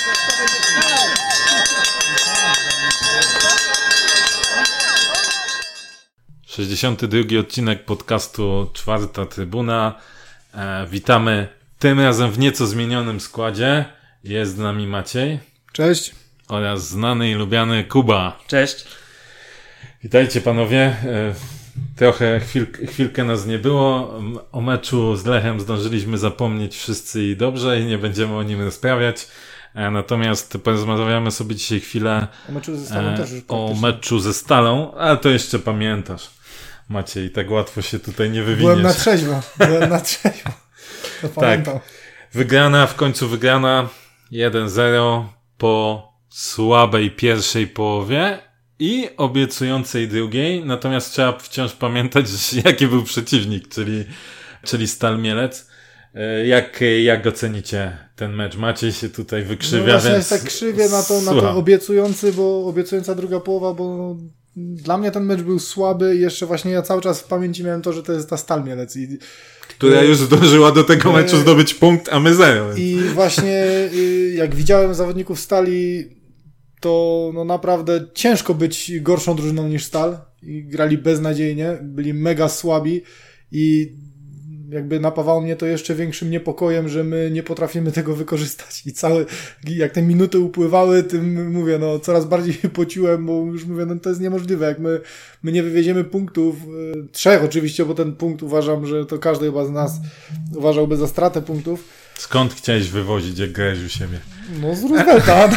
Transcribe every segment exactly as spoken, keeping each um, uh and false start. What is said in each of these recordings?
sześćdziesiąty drugi odcinek podcastu Czwarta Trybuna. E, witamy tym razem w nieco zmienionym składzie. Jest z nami Maciej. Cześć. Oraz znany i lubiany Kuba. Cześć. Witajcie panowie. E, trochę chwil, chwilkę nas nie było. O meczu z Lechem zdążyliśmy zapomnieć wszyscy i dobrze i nie będziemy o nim rozprawiać. E, natomiast porozmawiamy sobie dzisiaj chwilę o meczu ze Stalą, e, też już o meczu ze Stalą, ale to jeszcze pamiętasz. Maciej, tak łatwo się tutaj nie wywiniesz. Byłem na trzeźwo, byłem na trzeźwo. To pamiętam. Tak. Wygrana, w końcu wygrana jeden zero po słabej pierwszej połowie i obiecującej drugiej. Natomiast trzeba wciąż pamiętać, jaki był przeciwnik, czyli, czyli Stal Mielec. Jak, jak ocenicie ten mecz? Maciej się tutaj wykrzywia, no więc... tak krzywie na to, na to obiecujący, bo obiecująca druga połowa, bo dla mnie ten mecz był słaby i jeszcze właśnie ja cały czas w pamięci miałem to, że to jest ta Stal Mielec. I, która już zdążyła do tego meczu zdobyć punkt, a my zero. Więc. I właśnie jak widziałem zawodników Stali, to no naprawdę ciężko być gorszą drużyną niż Stal. I grali beznadziejnie, byli mega słabi i jakby napawało mnie to jeszcze większym niepokojem, że my nie potrafimy tego wykorzystać i całe, jak te minuty upływały, tym mówię, no coraz bardziej pociłem, bo już mówię, no to jest niemożliwe, jak my, my nie wywieziemy punktów, y, trzech oczywiście, bo ten punkt uważam, że to każdy chyba z nas uważałby za stratę punktów. Skąd chciałeś wywozić, jak grałeś u siebie? No z Roosevelta.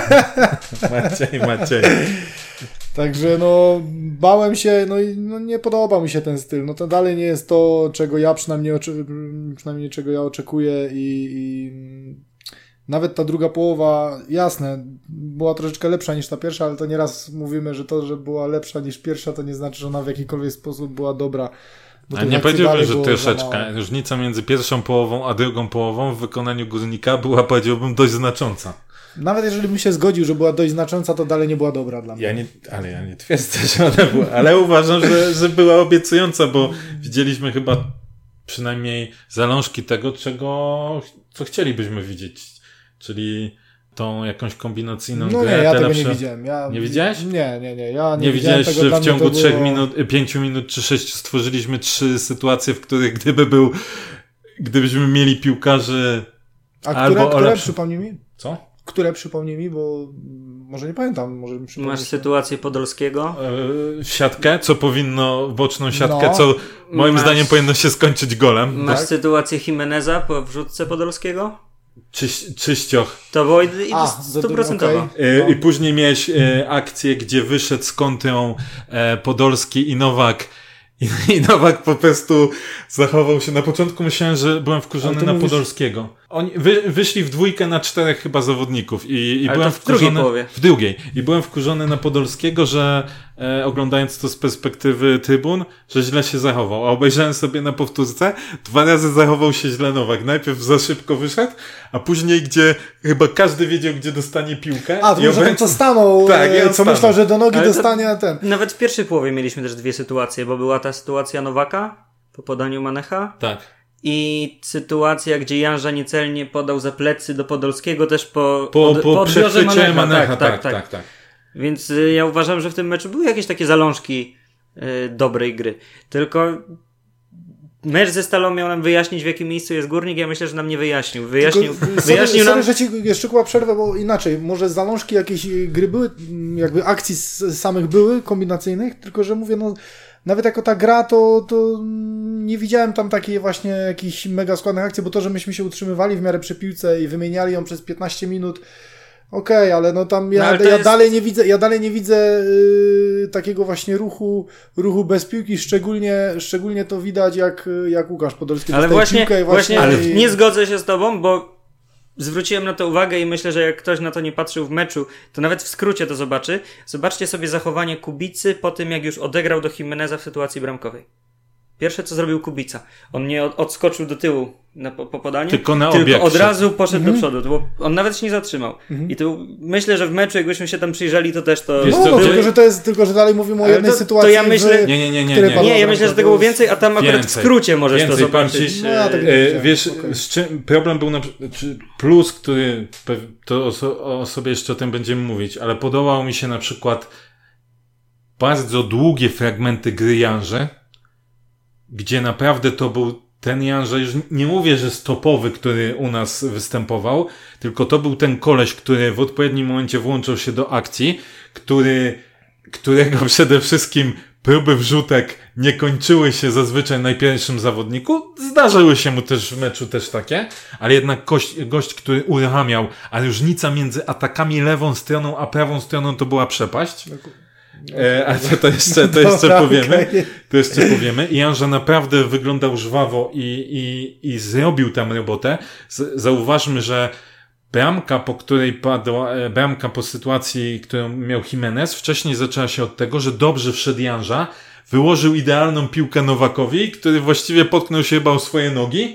Maciej, Maciej. Także no bałem się, no i no, nie podoba mi się ten styl. No to dalej nie jest to, czego ja przynajmniej, oczy, przynajmniej czego ja oczekuję i, i nawet ta druga połowa, jasne, była troszeczkę lepsza niż ta pierwsza, ale to nieraz mówimy, że to, że była lepsza niż pierwsza, to nie znaczy, że ona w jakikolwiek sposób była dobra. A nie powiedziałbym, że troszeczkę. Różnica między pierwszą połową a drugą połową w wykonaniu Górnika była, powiedziałbym, dość znacząca. Nawet jeżeli bym się zgodził, że była dość znacząca, to dalej nie była dobra dla mnie. Ja nie, ale ja nie twierdzę, że ona była, ale uważam, że, że była obiecująca, bo widzieliśmy chyba przynajmniej zalążki tego, czego, co chcielibyśmy widzieć. Czyli tą jakąś kombinacyjną no grę. Nie, ja tego lepsze... nie widziałem. Ja... Nie widziałeś? Nie, nie, nie. Ja nie, nie widziałeś, tego, że w ciągu trzech było... minut, pięciu minut czy sześciu stworzyliśmy trzy sytuacje, w których gdyby był, gdybyśmy mieli piłkarzy A albo które, które lepszy... przypomnij mi? Co? Które przypomnij mi, bo może nie pamiętam. Może mi Masz sytuację Podolskiego? Yy, siatkę, co powinno, boczną siatkę, no. co moim Masz... zdaniem powinno się skończyć golem. Masz tak? sytuację Jimeneza po wrzutce Podolskiego? Czyś, czyścioch. To było i, i stuprocentowo. Okay. Yy, I później miałeś yy, akcję, gdzie wyszedł z kontrą yy, Podolski i Nowak. I, I Nowak po prostu zachował się. Na początku myślałem, że byłem wkurzony na mówisz... Podolskiego. Oni wy, wyszli w dwójkę na czterech chyba zawodników i, i Ale byłem to w wkurzony drugiej połowie. w drugiej. I byłem wkurzony na Podolskiego, że e, oglądając to z perspektywy trybun, że źle się zachował. A obejrzałem sobie na powtórce, dwa razy zachował się źle Nowak. Najpierw za szybko wyszedł, a później, gdzie chyba każdy wiedział, gdzie dostanie piłkę. A, to może ten, co stanął, tak, e, co stanął. myślał, że do nogi Ale dostanie ten. Nawet w pierwszej połowie mieliśmy też dwie sytuacje, bo była ta sytuacja Nowaka po podaniu Manecha. Tak. I sytuacja, gdzie Janża niecelnie podał za plecy do Podolskiego też po, po, po, po, po odbiorze Manecha. Manecha. Tak, tak, tak, tak, tak. Więc y, ja uważam, że w tym meczu były jakieś takie zalążki y, dobrej gry. Tylko mecz ze Stalą miał nam wyjaśnić, w jakim miejscu jest Górnik. Ja myślę, że nam nie wyjaśnił. Wyjaśnił, Tylko, wyjaśnił sorry, nam... sorry, że ci jeszcze Kuba przerwę, bo inaczej. Może zalążki jakiejś gry były, jakby akcji samych były, kombinacyjnych, tylko że mówię, no nawet jako ta gra, to, to nie widziałem tam takiej właśnie jakichś mega składnych akcji, bo to, że myśmy się utrzymywali w miarę przy piłce i wymieniali ją przez piętnaście minut, okej, okay, ale no tam ja, no, ja jest... dalej nie widzę, ja dalej nie widzę yy, takiego właśnie ruchu, ruchu bez piłki, szczególnie, szczególnie to widać jak, jak Łukasz Podolski ale dostaje właśnie, piłkę i właśnie... właśnie ale... nie zgodzę się z tobą, bo zwróciłem na to uwagę i myślę, że jak ktoś na to nie patrzył w meczu, to nawet w skrócie to zobaczy. Zobaczcie sobie zachowanie Kubicy po tym, jak już odegrał do Jimeneza w sytuacji bramkowej. Pierwsze, co zrobił Kubica. On nie od, odskoczył do tyłu na, po, po podaniu, tylko, na tylko od razu poszedł mhm. do przodu. To było, on nawet się nie zatrzymał. Mhm. I tu myślę, że w meczu, jakbyśmy się tam przyjrzeli, to też to... Wiesz, no, co, no gdzie... tylko, że to jest, tylko, że dalej mówimy o ale jednej to, sytuacji, to ja myślę... w, nie, nie, nie, nie, nie. nie. Nie, ja myślę, że tego było więcej, a tam akurat więcej. w skrócie możesz więcej, to zobaczyć. No, ja tak e, wiesz, okay. z czym problem był na plus, który to o, o sobie jeszcze o tym będziemy mówić, ale podobał mi się na przykład bardzo długie fragmenty gry Janże, gdzie naprawdę to był ten Janże, już nie mówię, że stopowy, który u nas występował, tylko to był ten koleś, który w odpowiednim momencie włączał się do akcji, który, którego przede wszystkim próby wrzutek nie kończyły się zazwyczaj na pierwszym zawodniku. Zdarzyły się mu też w meczu też takie, ale jednak gość, gość który uruchamiał, a różnica między atakami lewą stroną a prawą stroną to była przepaść. E, a to, to jeszcze, to jeszcze Dobra, powiemy. Okay. To jeszcze powiemy. I Janża naprawdę wyglądał żwawo i, i, i zrobił tam robotę. Z, zauważmy, że bramka, po której padła, bramka po sytuacji, którą miał Jimenez, wcześniej zaczęła się od tego, że dobrze wszedł Janża, wyłożył idealną piłkę Nowakowi, który właściwie potknął się chyba o swoje nogi.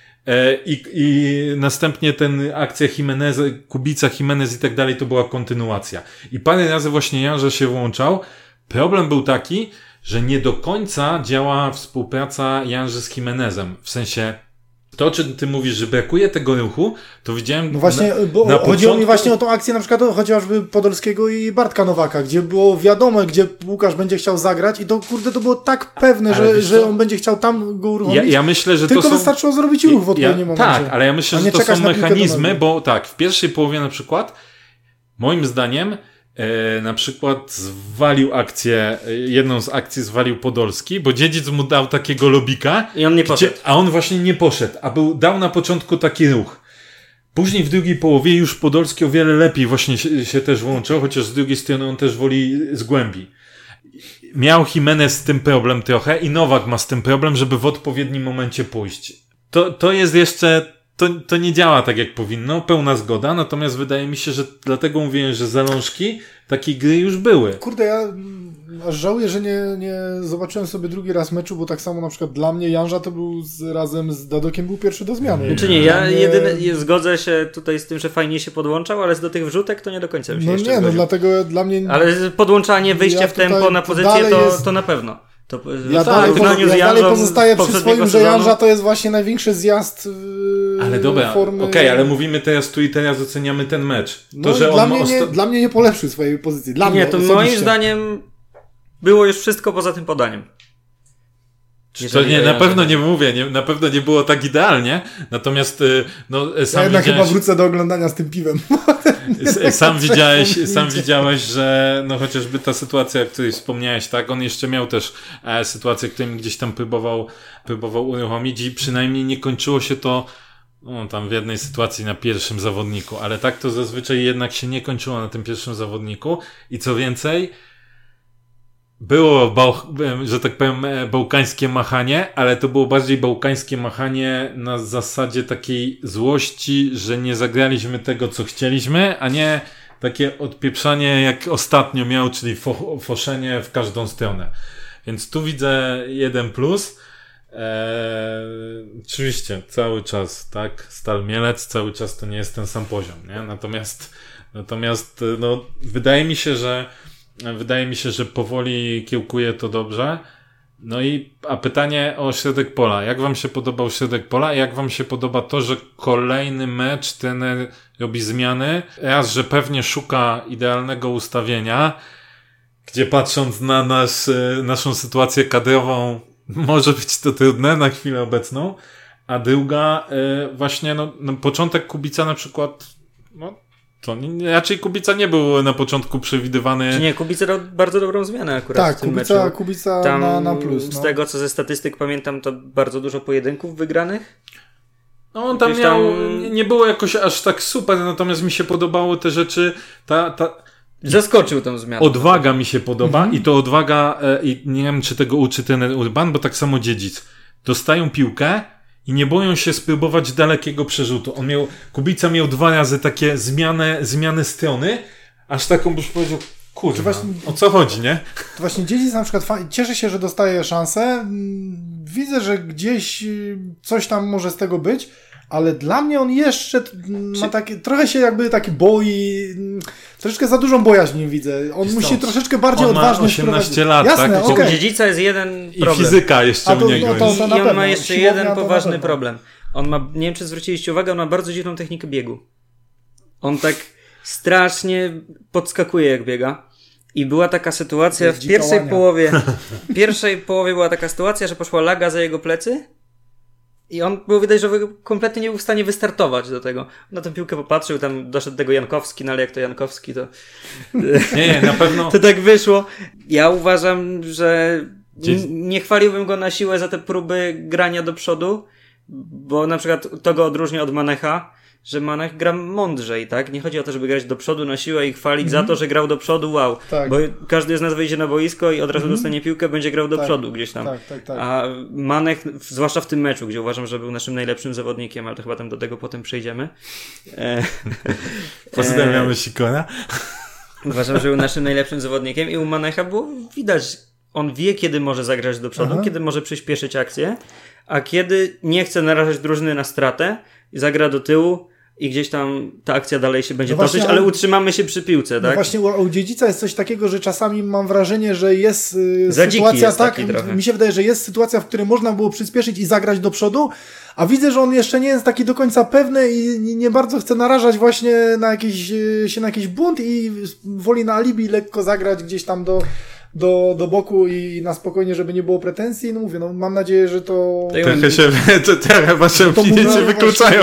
I, i następnie ten akcja Jimenez, Kubica, Jimenez i tak dalej, to była kontynuacja. I parę razy właśnie Janża się włączał. Problem był taki, że nie do końca działa współpraca Janży z Jimenezem. W sensie, to, czy ty mówisz, że brakuje tego ruchu, to widziałem... No właśnie, na, bo na chodziło początku... mi właśnie o tą akcję na przykład chociażby Podolskiego i Bartka Nowaka, gdzie było wiadomo, gdzie Łukasz będzie chciał zagrać i to kurde, to było tak pewne, że, że on będzie chciał tam go uruchomić. Ja, ja myślę, że tylko to są... wystarczyło zrobić ruch w odpowiednim ja, momencie. Tak, ale ja myślę, że to są mechanizmy, bo tak, w pierwszej połowie na przykład, moim zdaniem, E, na przykład zwalił akcję, jedną z akcji zwalił Podolski, bo dziedzic mu dał takiego lobika. I on nie poszedł. Gdzie, a on właśnie nie poszedł, a był, dał na początku taki ruch. Później w drugiej połowie już Podolski o wiele lepiej właśnie się, się też włączał, chociaż z drugiej strony on też woli z głębi. Miał Jimenez z tym problem trochę i Nowak ma z tym problem, żeby w odpowiednim momencie pójść. To, to jest jeszcze... To, to nie działa tak, jak powinno, pełna zgoda, natomiast wydaje mi się, że dlatego mówiłem, że zalążki takiej gry już były. Kurde, ja aż żałuję, że nie, nie zobaczyłem sobie drugi raz meczu, bo tak samo na przykład dla mnie Janża to był z, razem z Dadokiem był pierwszy do zmiany. Znaczy nie, ja nie... jedyne zgodzę się tutaj z tym, że fajnie się podłączał, ale do tych wrzutek to nie do końca mi się No jeszcze nie, zgodził. no dlatego dla mnie... Ale podłączanie, wyjście ja w tempo na pozycję to, jest... to na pewno. To, ja to dalej, pozo- ja dalej pozostaję przy swoim, że sezonu. Janża to jest właśnie największy zjazd yy, ale dobra, formy... okej, okay, ale mówimy teraz tu i teraz oceniamy ten mecz. To, no, że dla, on mnie osta- nie, dla mnie nie polepszył swojej pozycji. Dla nie, mnie to osobiście. moim zdaniem było już wszystko poza tym podaniem. To nie, na pewno nie mówię, nie, na pewno nie było tak idealnie, natomiast no, sam ja jednak widziałeś... chyba wrócę do oglądania z tym piwem. sam widziałeś, sam widziałeś, że no chociażby ta sytuacja, o której wspomniałeś, tak, on jeszcze miał też e, sytuację, którym gdzieś tam próbował, próbował uruchomić i przynajmniej nie kończyło się to no, tam w jednej sytuacji na pierwszym zawodniku, ale tak to zazwyczaj jednak się nie kończyło na tym pierwszym zawodniku i co więcej, było, bał- że tak powiem, bałkańskie machanie, ale to było bardziej bałkańskie machanie na zasadzie takiej złości, że nie zagraliśmy tego, co chcieliśmy, a nie takie odpieprzanie, jak ostatnio miał, czyli fo- foszenie w każdą stronę. Więc tu widzę jeden plus. Eee, oczywiście, cały czas, tak, Stal Mielec, cały czas to nie jest ten sam poziom, nie? Natomiast, natomiast, no, wydaje mi się, że Wydaje mi się, że powoli kiełkuje to dobrze. No i, a pytanie o środek pola. Jak wam się podobał środek pola? Jak wam się podoba to, że kolejny mecz trener robi zmiany? Raz, że pewnie szuka idealnego ustawienia, gdzie patrząc na nasz, naszą sytuację kadrową, może być to trudne na chwilę obecną. A druga, właśnie, no, no początek Kubica na przykład, no, to nie, raczej Kubica nie był na początku przewidywany. Czy nie, Kubica dał bardzo dobrą zmianę akurat tak, w tym Kubica, meczu. Kubica Tam, na, na plus. No. Z tego, co ze statystyk pamiętam, to bardzo dużo pojedynków wygranych. No on tam Gdzieś miał, tam... nie, nie było jakoś aż tak super, natomiast mi się podobały te rzeczy, ta, ta... Zaskoczył tą zmianę. Odwaga mi się podoba mhm. i to odwaga, e, i nie wiem, czy tego uczy trener Urban, bo tak samo Dziedzic. Dostają piłkę i nie boją się spróbować dalekiego przerzutu. On miał, Kubica miał dwa razy takie zmiany, zmiany strony, aż taką byś powiedział, Kurwa, właśnie, o co chodzi, nie? To właśnie Dziedzic na przykład fa- cieszę się, że dostaje szansę. Widzę, że gdzieś coś tam może z tego być, ale dla mnie on jeszcze ma takie, trochę się jakby taki boi, troszeczkę za dużą bojaźń nie widzę. On musi Stąd. troszeczkę bardziej on ma odważnie osiemnaście lat, Jasne, tak? okay. U Dziedzica jest jeden I problem. fizyka jeszcze A to- u niego no to- jest. to I na on pewno. ma jeszcze Siłownia jeden to na poważny pewno. problem. On ma, nie wiem czy zwróciliście uwagę, on ma bardzo dziwną technikę biegu. On tak strasznie podskakuje jak biega. I była taka sytuacja w pierwszej dzikołania. połowie. W pierwszej połowie była taka sytuacja, że poszła laga za jego plecy. I on było widać, że kompletnie nie był w stanie wystartować do tego. Na tę piłkę popatrzył, tam doszedł do tego Jankowski, no ale jak to Jankowski, to... Nie, nie, na pewno. To tak wyszło. Ja uważam, że Gdzieś- n- nie chwaliłbym go na siłę za te próby grania do przodu, bo na przykład to go odróżnia od Manecha, że Manech gra mądrzej, tak? Nie chodzi o to, żeby grać do przodu na siłę i chwalić za to, że grał do przodu, wow. Tak. Bo każdy z nas wyjdzie na boisko i od razu Mhm. dostanie piłkę, będzie grał do Tak. przodu gdzieś tam. Tak, tak, tak. A Manech, zwłaszcza w tym meczu, gdzie uważam, że był naszym najlepszym zawodnikiem, ale to chyba tam do tego potem przejdziemy. E, Pozdrawiamy Sikora. Uważam, że był naszym najlepszym zawodnikiem i u Manecha było widać, on wie, kiedy może zagrać do przodu, Aha. kiedy może przyspieszyć akcję, a kiedy nie chce narażać drużyny na stratę i zagra do tyłu i gdzieś tam ta akcja dalej się będzie No właśnie, toczyć, ale ale- utrzymamy się przy piłce, No tak? właśnie u, u Dziedzica jest coś takiego, że czasami mam wrażenie, że jest y, Za dziki sytuacja, jest tak, taki trochę. mi się wydaje, że jest sytuacja, w której można było przyspieszyć i zagrać do przodu, a widzę, że on jeszcze nie jest taki do końca pewny i nie, nie bardzo chce narażać właśnie na jakiś, y, się na jakiś bunt i woli na alibi lekko zagrać gdzieś tam do, do, do boku i na spokojnie, żeby nie było pretensji. No mówię, no mam nadzieję, że to... Tak. Trochę się, to, trochę wasze To opinie mówię, się wykluczają.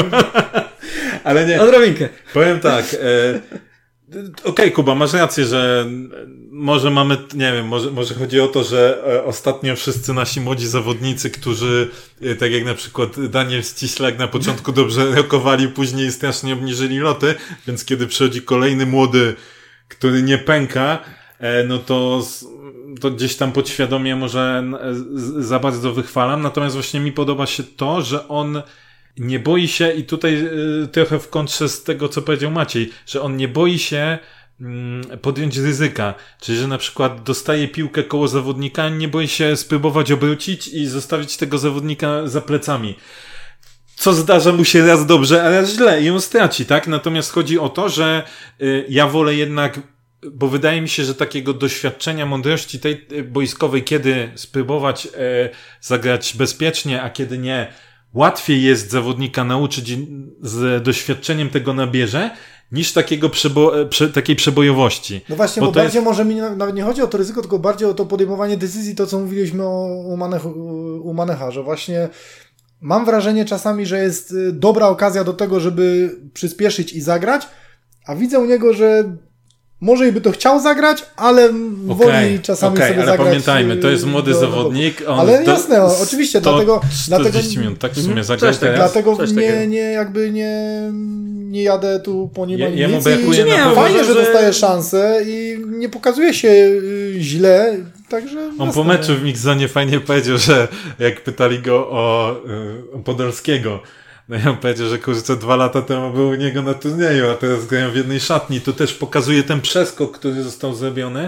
Ale nie. Odrobinkę. Powiem tak. E, Okej, okay, Kuba, masz rację, że może mamy, nie wiem, może, może chodzi o to, że e, ostatnio wszyscy nasi młodzi zawodnicy, którzy, e, tak jak na przykład Daniel Ściślak na początku dobrze rokowali, później strasznie obniżyli loty, więc kiedy przychodzi kolejny młody, który nie pęka, e, no to, z- to gdzieś tam podświadomie może e, z- za bardzo wychwalam. Natomiast właśnie mi podoba się to, że on nie boi się, i tutaj y, trochę w kontrze z tego, co powiedział Maciej, że on nie boi się mm, podjąć ryzyka. Czyli, że na przykład dostaje piłkę koło zawodnika, nie boi się spróbować obrócić i zostawić tego zawodnika za plecami. Co zdarza mu się raz dobrze, a raz źle i on straci, tak? Natomiast chodzi o to, że y, ja wolę jednak, bo wydaje mi się, że takiego doświadczenia, mądrości tej y, boiskowej, kiedy spróbować y, zagrać bezpiecznie, a kiedy nie, łatwiej jest zawodnika nauczyć i z doświadczeniem tego nabierze, niż takiego przebo- prze- takiej przebojowości. No właśnie, Bo bo, to bardziej jest- może mi nawet nie chodzi o to ryzyko, tylko bardziej o to podejmowanie decyzji, to co mówiliśmy o, u, Manech, u Manecha, że właśnie mam wrażenie czasami, że jest y, dobra okazja do tego, żeby przyspieszyć i zagrać, a widzę u niego, że może i by to chciał zagrać, ale m, Okej, woli czasami okej, sobie ale zagrać. pamiętajmy, to jest y, młody do- do- zawodnik. On Ale do- jasne, o- oczywiście, sto dlatego- dlatego- czterdzieści minut, tak w sumie Mhm, zagrał coś takiego. teraz. Dlatego Coś nie, takiego. nie, jakby nie, nie jadę tu po nim Je- ani jemu nic brakuje i na nie, pewno- fajnie, że że- dostaje szansę i nie pokazuje się y, źle, także... On jasne, po meczu w Mixzonie fajnie powiedział, że jak pytali go o, y, o Podolskiego, no i on powiedział, że kurczę, dwa lata temu był u niego na turnieju, a teraz grają w jednej szatni. To też pokazuje ten przeskok, który został zrobiony.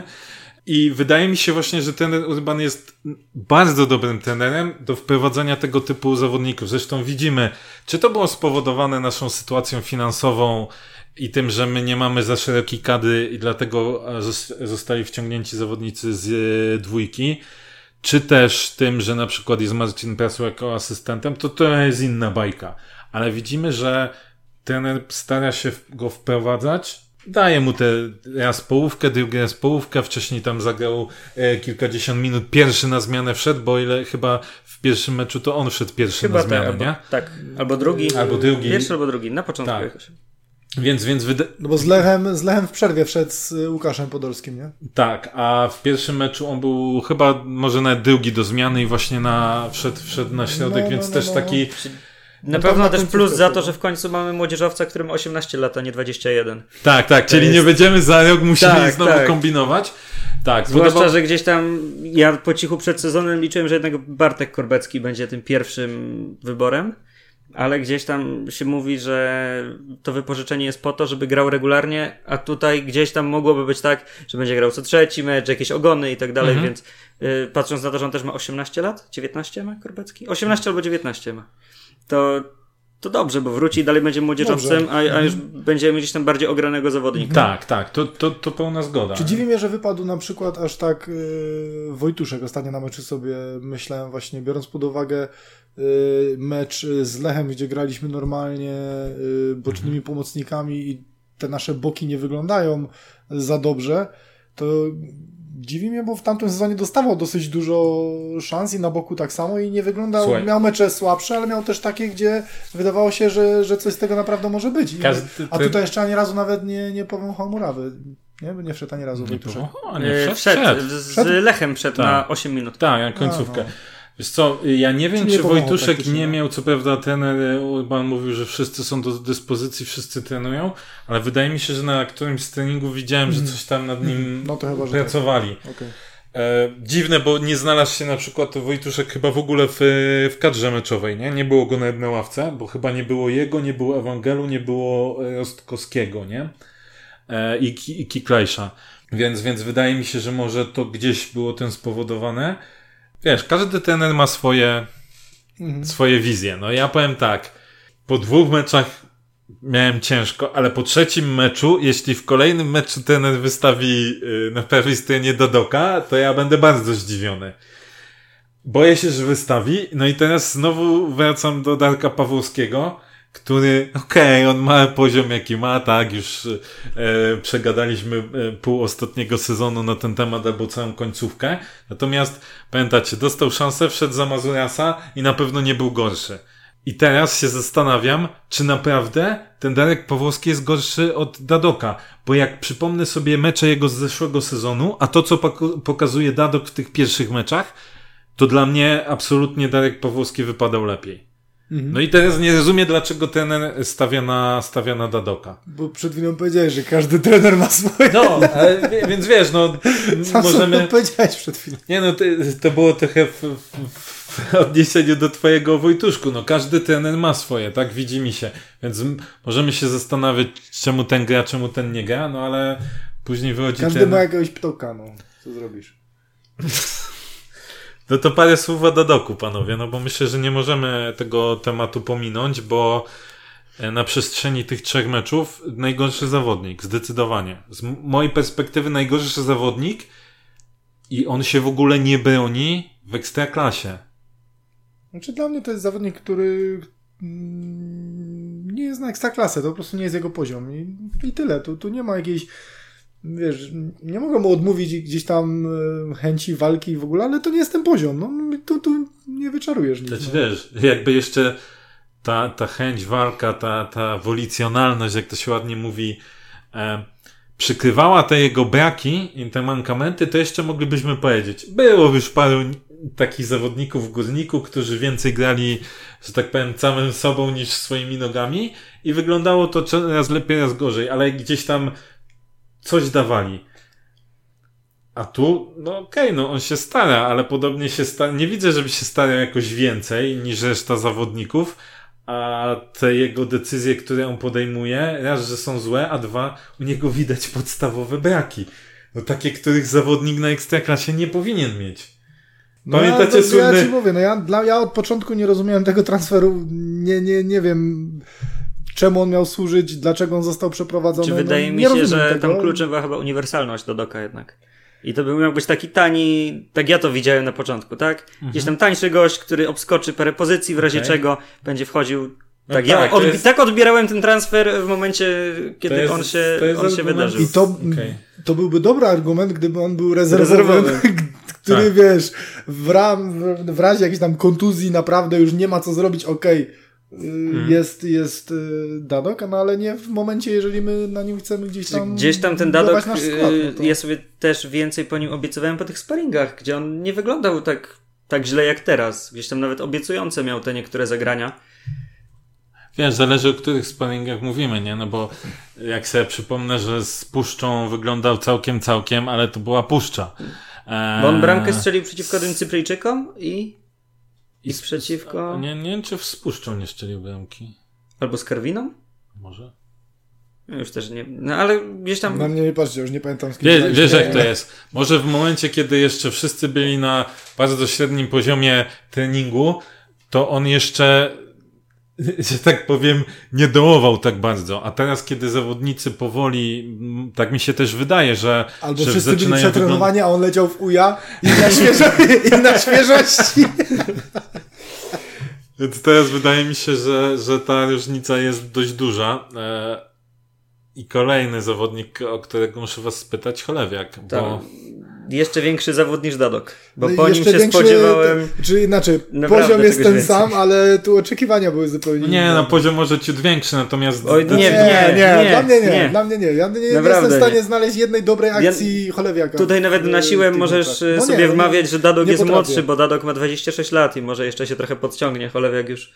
I wydaje mi się właśnie, że trener Urban jest bardzo dobrym trenerem do wprowadzania tego typu zawodników. Zresztą widzimy, czy to było spowodowane naszą sytuacją finansową i tym, że my nie mamy za szerokiej kadry i dlatego zos- zostali wciągnięci zawodnicy z e, dwójki, czy też tym, że na przykład jest Marcin Prasło jako asystentem, to to jest inna bajka. Ale widzimy, że trener stara się go wprowadzać, daje mu te raz połówkę, drugi raz połówkę, wcześniej tam zagrał e, kilkadziesiąt minut, pierwszy na zmianę wszedł, bo ile chyba w pierwszym meczu to on wszedł pierwszy Chyba na zmianę, tak, nie? albo, tak, albo drugi. Albo drugi. Pierwszy albo drugi, na początku Tak. jakoś. Więc, więc wyda- No bo z Lechem, z Lechem w przerwie wszedł z y, Łukaszem Podolskim, nie? tak, a w pierwszym meczu on był chyba może nawet drugi do zmiany i właśnie na, wszedł, wszedł na środek, No, no, więc no, też no. taki Na No tam pewno na też końcówkę plus za to, tego. że w końcu mamy młodzieżowca, którym osiemnaście lat, a nie dwadzieścia jeden. tak, tak, czyli jest- nie będziemy za rok musieli Tak, znowu tak. kombinować. Tak, Zwłaszcza, podoba- że gdzieś tam ja po cichu przed sezonem liczyłem, że jednak Bartek Korbecki będzie tym pierwszym wyborem. ale gdzieś tam się mówi, że to wypożyczenie jest po to, żeby grał regularnie, a tutaj gdzieś tam mogłoby być tak, że będzie grał co trzeci mecz, jakieś ogony i tak dalej, mhm. więc y, patrząc na to, że on też ma osiemnaście lat, dziewiętnaście ma Korbecki? osiemnaście albo dziewiętnaście ma. To, to dobrze, bo wróci i dalej będzie młodzieżowcem, a, a już mhm. będziemy gdzieś tam bardziej ogranego zawodnika. Tak, tak, to, to, to pełna zgoda. Czy dziwi mnie, że wypadł na przykład aż tak yy, Wojtuszek ostatnio na meczu sobie myślałem właśnie, biorąc pod uwagę mecz z Lechem, gdzie graliśmy normalnie bocznymi pomocnikami i te nasze boki nie wyglądają za dobrze, to dziwi mnie, bo w tamtym sezonie dostawał dosyć dużo szans i na boku tak samo i nie wyglądał, Słuchaj. miał mecze słabsze, ale miał też takie, gdzie wydawało się, że, że coś z tego naprawdę może być. I, Każdy, a tutaj jeszcze ani razu nawet nie, nie powąchał murawy. Nie? Bo nie wszedł ani razu Wojtuszek. Nie, wszedł, wszedł. Z, z Lechem wszedł tak. na osiem minut. Tak, na końcówkę. A, no. Wiesz co, ja nie wiem, czy, czy Wojtuszek nie miał, co prawda trener Urban mówił, że wszyscy są do dyspozycji, wszyscy trenują, ale wydaje mi się, że na którymś z treningów widziałem, że coś tam nad nim no to chyba, pracowali. Tak. Okay. E, dziwne, bo nie znalazł się na przykład Wojtuszek chyba w ogóle w, w kadrze meczowej, nie? Nie było go na jednej ławce, bo chyba nie było jego, nie było Ewangelu, nie było Rostkowskiego, nie? E, I, i Kiklejsza. Więc, więc wydaje mi się, że może to gdzieś było tym spowodowane. Wiesz, każdy trener ma swoje, mhm. swoje wizje. No ja powiem tak, po dwóch meczach miałem ciężko, ale po trzecim meczu, jeśli w kolejnym meczu trener wystawi yy, na prawej stronie Dadoka, to ja będę bardzo zdziwiony. Boję się, że wystawi. No i teraz znowu wracam do Darka Pawłowskiego, który, okej, okay, on ma poziom jaki ma, tak, już e, przegadaliśmy e, pół ostatniego sezonu na ten temat albo całą końcówkę, natomiast pamiętacie, dostał szansę, wszedł za Mazurasa i na pewno nie był gorszy. I teraz się zastanawiam, czy naprawdę ten Darek Pawłowski jest gorszy od Dadoka, bo jak przypomnę sobie mecze jego z zeszłego sezonu, a to co pok- pokazuje Dadok w tych pierwszych meczach, to dla mnie absolutnie Darek Pawłowski wypadał lepiej. Mhm. No i teraz nie rozumiem, dlaczego trener stawia na, stawia na Dadoka. Bo przed chwilą powiedziałeś, że każdy trener ma swoje. No, ale, więc wiesz, no sam możemy... Sam powiedziałeś przed chwilą. Nie no, to, to było trochę w, w, w odniesieniu do twojego Wojtuszku. No każdy trener ma swoje, tak? Widzi mi się. Więc możemy się zastanawiać, czemu ten gra, czemu ten nie gra, no ale później wychodzi każdy ten... ma jakiegoś ptoka, no. Co zrobisz? No to parę słów o Dadoku, panowie, no bo myślę, że nie możemy tego tematu pominąć, bo na przestrzeni tych trzech meczów najgorszy zawodnik, zdecydowanie. Z mojej perspektywy najgorszy zawodnik i on się w ogóle nie broni w Ekstraklasie. Znaczy dla mnie to jest zawodnik, który nie jest na Ekstraklasę, to po prostu nie jest jego poziom i, i tyle, tu, tu nie ma jakiejś, wiesz, nie mogę mu odmówić gdzieś tam chęci walki w ogóle, ale to nie jest ten poziom. No, tu, tu nie wyczarujesz nic. Znaczy, no. Wiesz, jakby jeszcze ta, ta chęć, walka, ta, ta wolicjonalność, jak to się ładnie mówi, e, przykrywała te jego braki i te mankamenty, to jeszcze moglibyśmy powiedzieć. Było już paru takich zawodników w Górniku, którzy więcej grali, że tak powiem, samym sobą niż swoimi nogami i wyglądało to raz lepiej, raz gorzej, ale gdzieś tam coś dawali. A tu, no okej, okay, no on się stara, ale podobnie się stara. Nie widzę, żeby się starał jakoś więcej niż reszta zawodników, a te jego decyzje, które on podejmuje, raz, że są złe, a dwa, u niego widać podstawowe braki. No takie, których zawodnik na Ekstraklasie nie powinien mieć. Pamiętacie no ja, słynny... Ja ci mówię, no ja, dla, ja od początku nie rozumiałem tego transferu, nie, nie, nie wiem... Czemu on miał służyć, dlaczego on został przeprowadzony. Czy wydaje no, mi się, że tego. tam kluczem była chyba uniwersalność Dadoka jednak. I to by miał być taki tani, tak ja to widziałem na początku, tak? Mhm. Gdzieś tam tańszy gość, który obskoczy parę pozycji, w razie okay. czego będzie wchodził. No tak, tak, ja odbi- jest... tak odbierałem ten transfer w momencie, kiedy jest, on się, on się wydarzył. I to, okay. to byłby dobry argument, gdyby on był rezerwowym, rezerwowy. który tak. wiesz, w, ram, w razie jakiejś tam kontuzji naprawdę już nie ma co zrobić, okej. Okay. Hmm. Jest, jest Dadok, no ale nie w momencie, jeżeli my na nim chcemy gdzieś tam Gdzieś tam ten Dadok, skład, no to... ja sobie też więcej po nim obiecywałem po tych sparingach, gdzie on nie wyglądał tak, tak źle jak teraz. Gdzieś tam nawet obiecujące miał te niektóre zagrania. Wiesz, zależy o których sparingach mówimy, nie? No bo jak sobie przypomnę, że z Puszczą wyglądał całkiem, całkiem, ale to była Puszcza. Eee... Bo on bramkę strzelił przeciwko tym Cypryjczykom i... I z, przeciwko... Nie, nie wiem, czy z Puszczą nie strzelił bramki. Albo z Karwiną? Może. Już też nie... No ale gdzieś tam... Na mnie nie patrzcie, już nie pamiętam z kim. Wie, wiesz jak to jest. Może w momencie, kiedy jeszcze wszyscy byli na bardzo średnim poziomie treningu, to on jeszcze, że tak powiem, nie dołował tak bardzo. A teraz, kiedy zawodnicy powoli, tak mi się też wydaje, że Albo że wszyscy byli przetrenowani, wygląd... a on leciał w uja i na, świeżo... i na świeżości. Więc teraz wydaje mi się, że, że ta różnica jest dość duża. E... I kolejny zawodnik, o którego muszę was spytać, Cholewiak. Bo... Tak. Jeszcze większy zawód niż Dadok. Bo No po nim się większy, spodziewałem... Czy inaczej, Naprawdę poziom jest ten więcej. sam, ale tu oczekiwania były zupełnie Nie, inne. no poziom może ciut większy, natomiast... Oj, Nie, nie, nie, nie, nie, dla mnie nie, nie. dla mnie nie. Ja nie, nie Naprawdę jestem w stanie nie. znaleźć jednej dobrej akcji Cholewiaka. Tutaj nawet w- na w siłę tych możesz meczach. e, No sobie nie, wmawiać, że Dadok nie jest potrafię. młodszy, bo Dadok ma dwadzieścia sześć lat i może jeszcze się trochę podciągnie. Cholewiak już...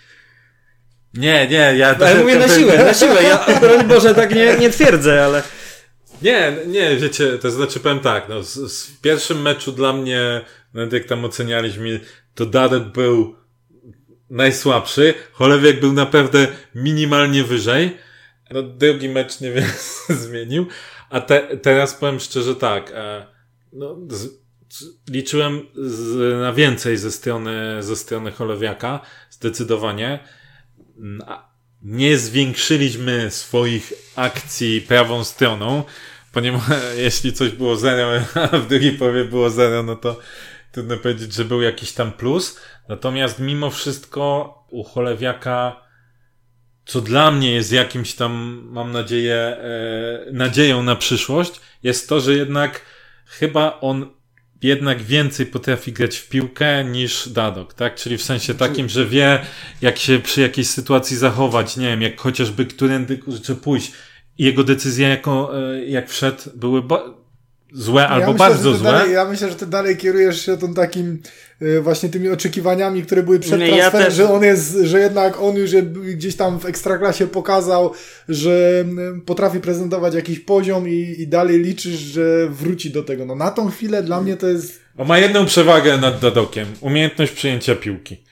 Nie, nie, ja... Ale mówię na siłę, na siłę. Ja, broń Boże, tak nie, nie twierdzę, ale... Nie, nie, wiecie, to znaczy powiem tak, no, z, z w pierwszym meczu dla mnie, nawet jak tam ocenialiśmy, to Dadok był najsłabszy, Cholewiak był naprawdę minimalnie wyżej, no drugi mecz niewiele zmienił, a te, teraz powiem szczerze tak, e, no, z, z, liczyłem z, na więcej ze strony, ze strony Cholewiaka, zdecydowanie, a nie zwiększyliśmy swoich akcji prawą stroną, ponieważ jeśli coś było zero, a w drugiej połowie było zero, no to trudno powiedzieć, że był jakiś tam plus. Natomiast mimo wszystko u Cholewiaka, co dla mnie jest jakimś tam, mam nadzieję, e, nadzieją na przyszłość, jest to, że jednak chyba on jednak więcej potrafi grać w piłkę niż Dadok, tak? Czyli w sensie takim, że wie, jak się przy jakiejś sytuacji zachować, nie wiem, jak chociażby którędy kurczę pójść. I jego decyzje, jako, jak wszedł, były ba- złe albo ja myślę, bardzo że ty złe. Dalej, ja myślę, że ty dalej kierujesz się tą takim y, właśnie tymi oczekiwaniami, które były przed Nie, ja transferem, też- że on jest, że jednak on już je- gdzieś tam w Ekstraklasie pokazał, że y, potrafi prezentować jakiś poziom i, i dalej liczysz, że wróci do tego. No na tą chwilę dla mnie to jest... On ma jedną przewagę nad Dadokiem. Umiejętność przyjęcia piłki.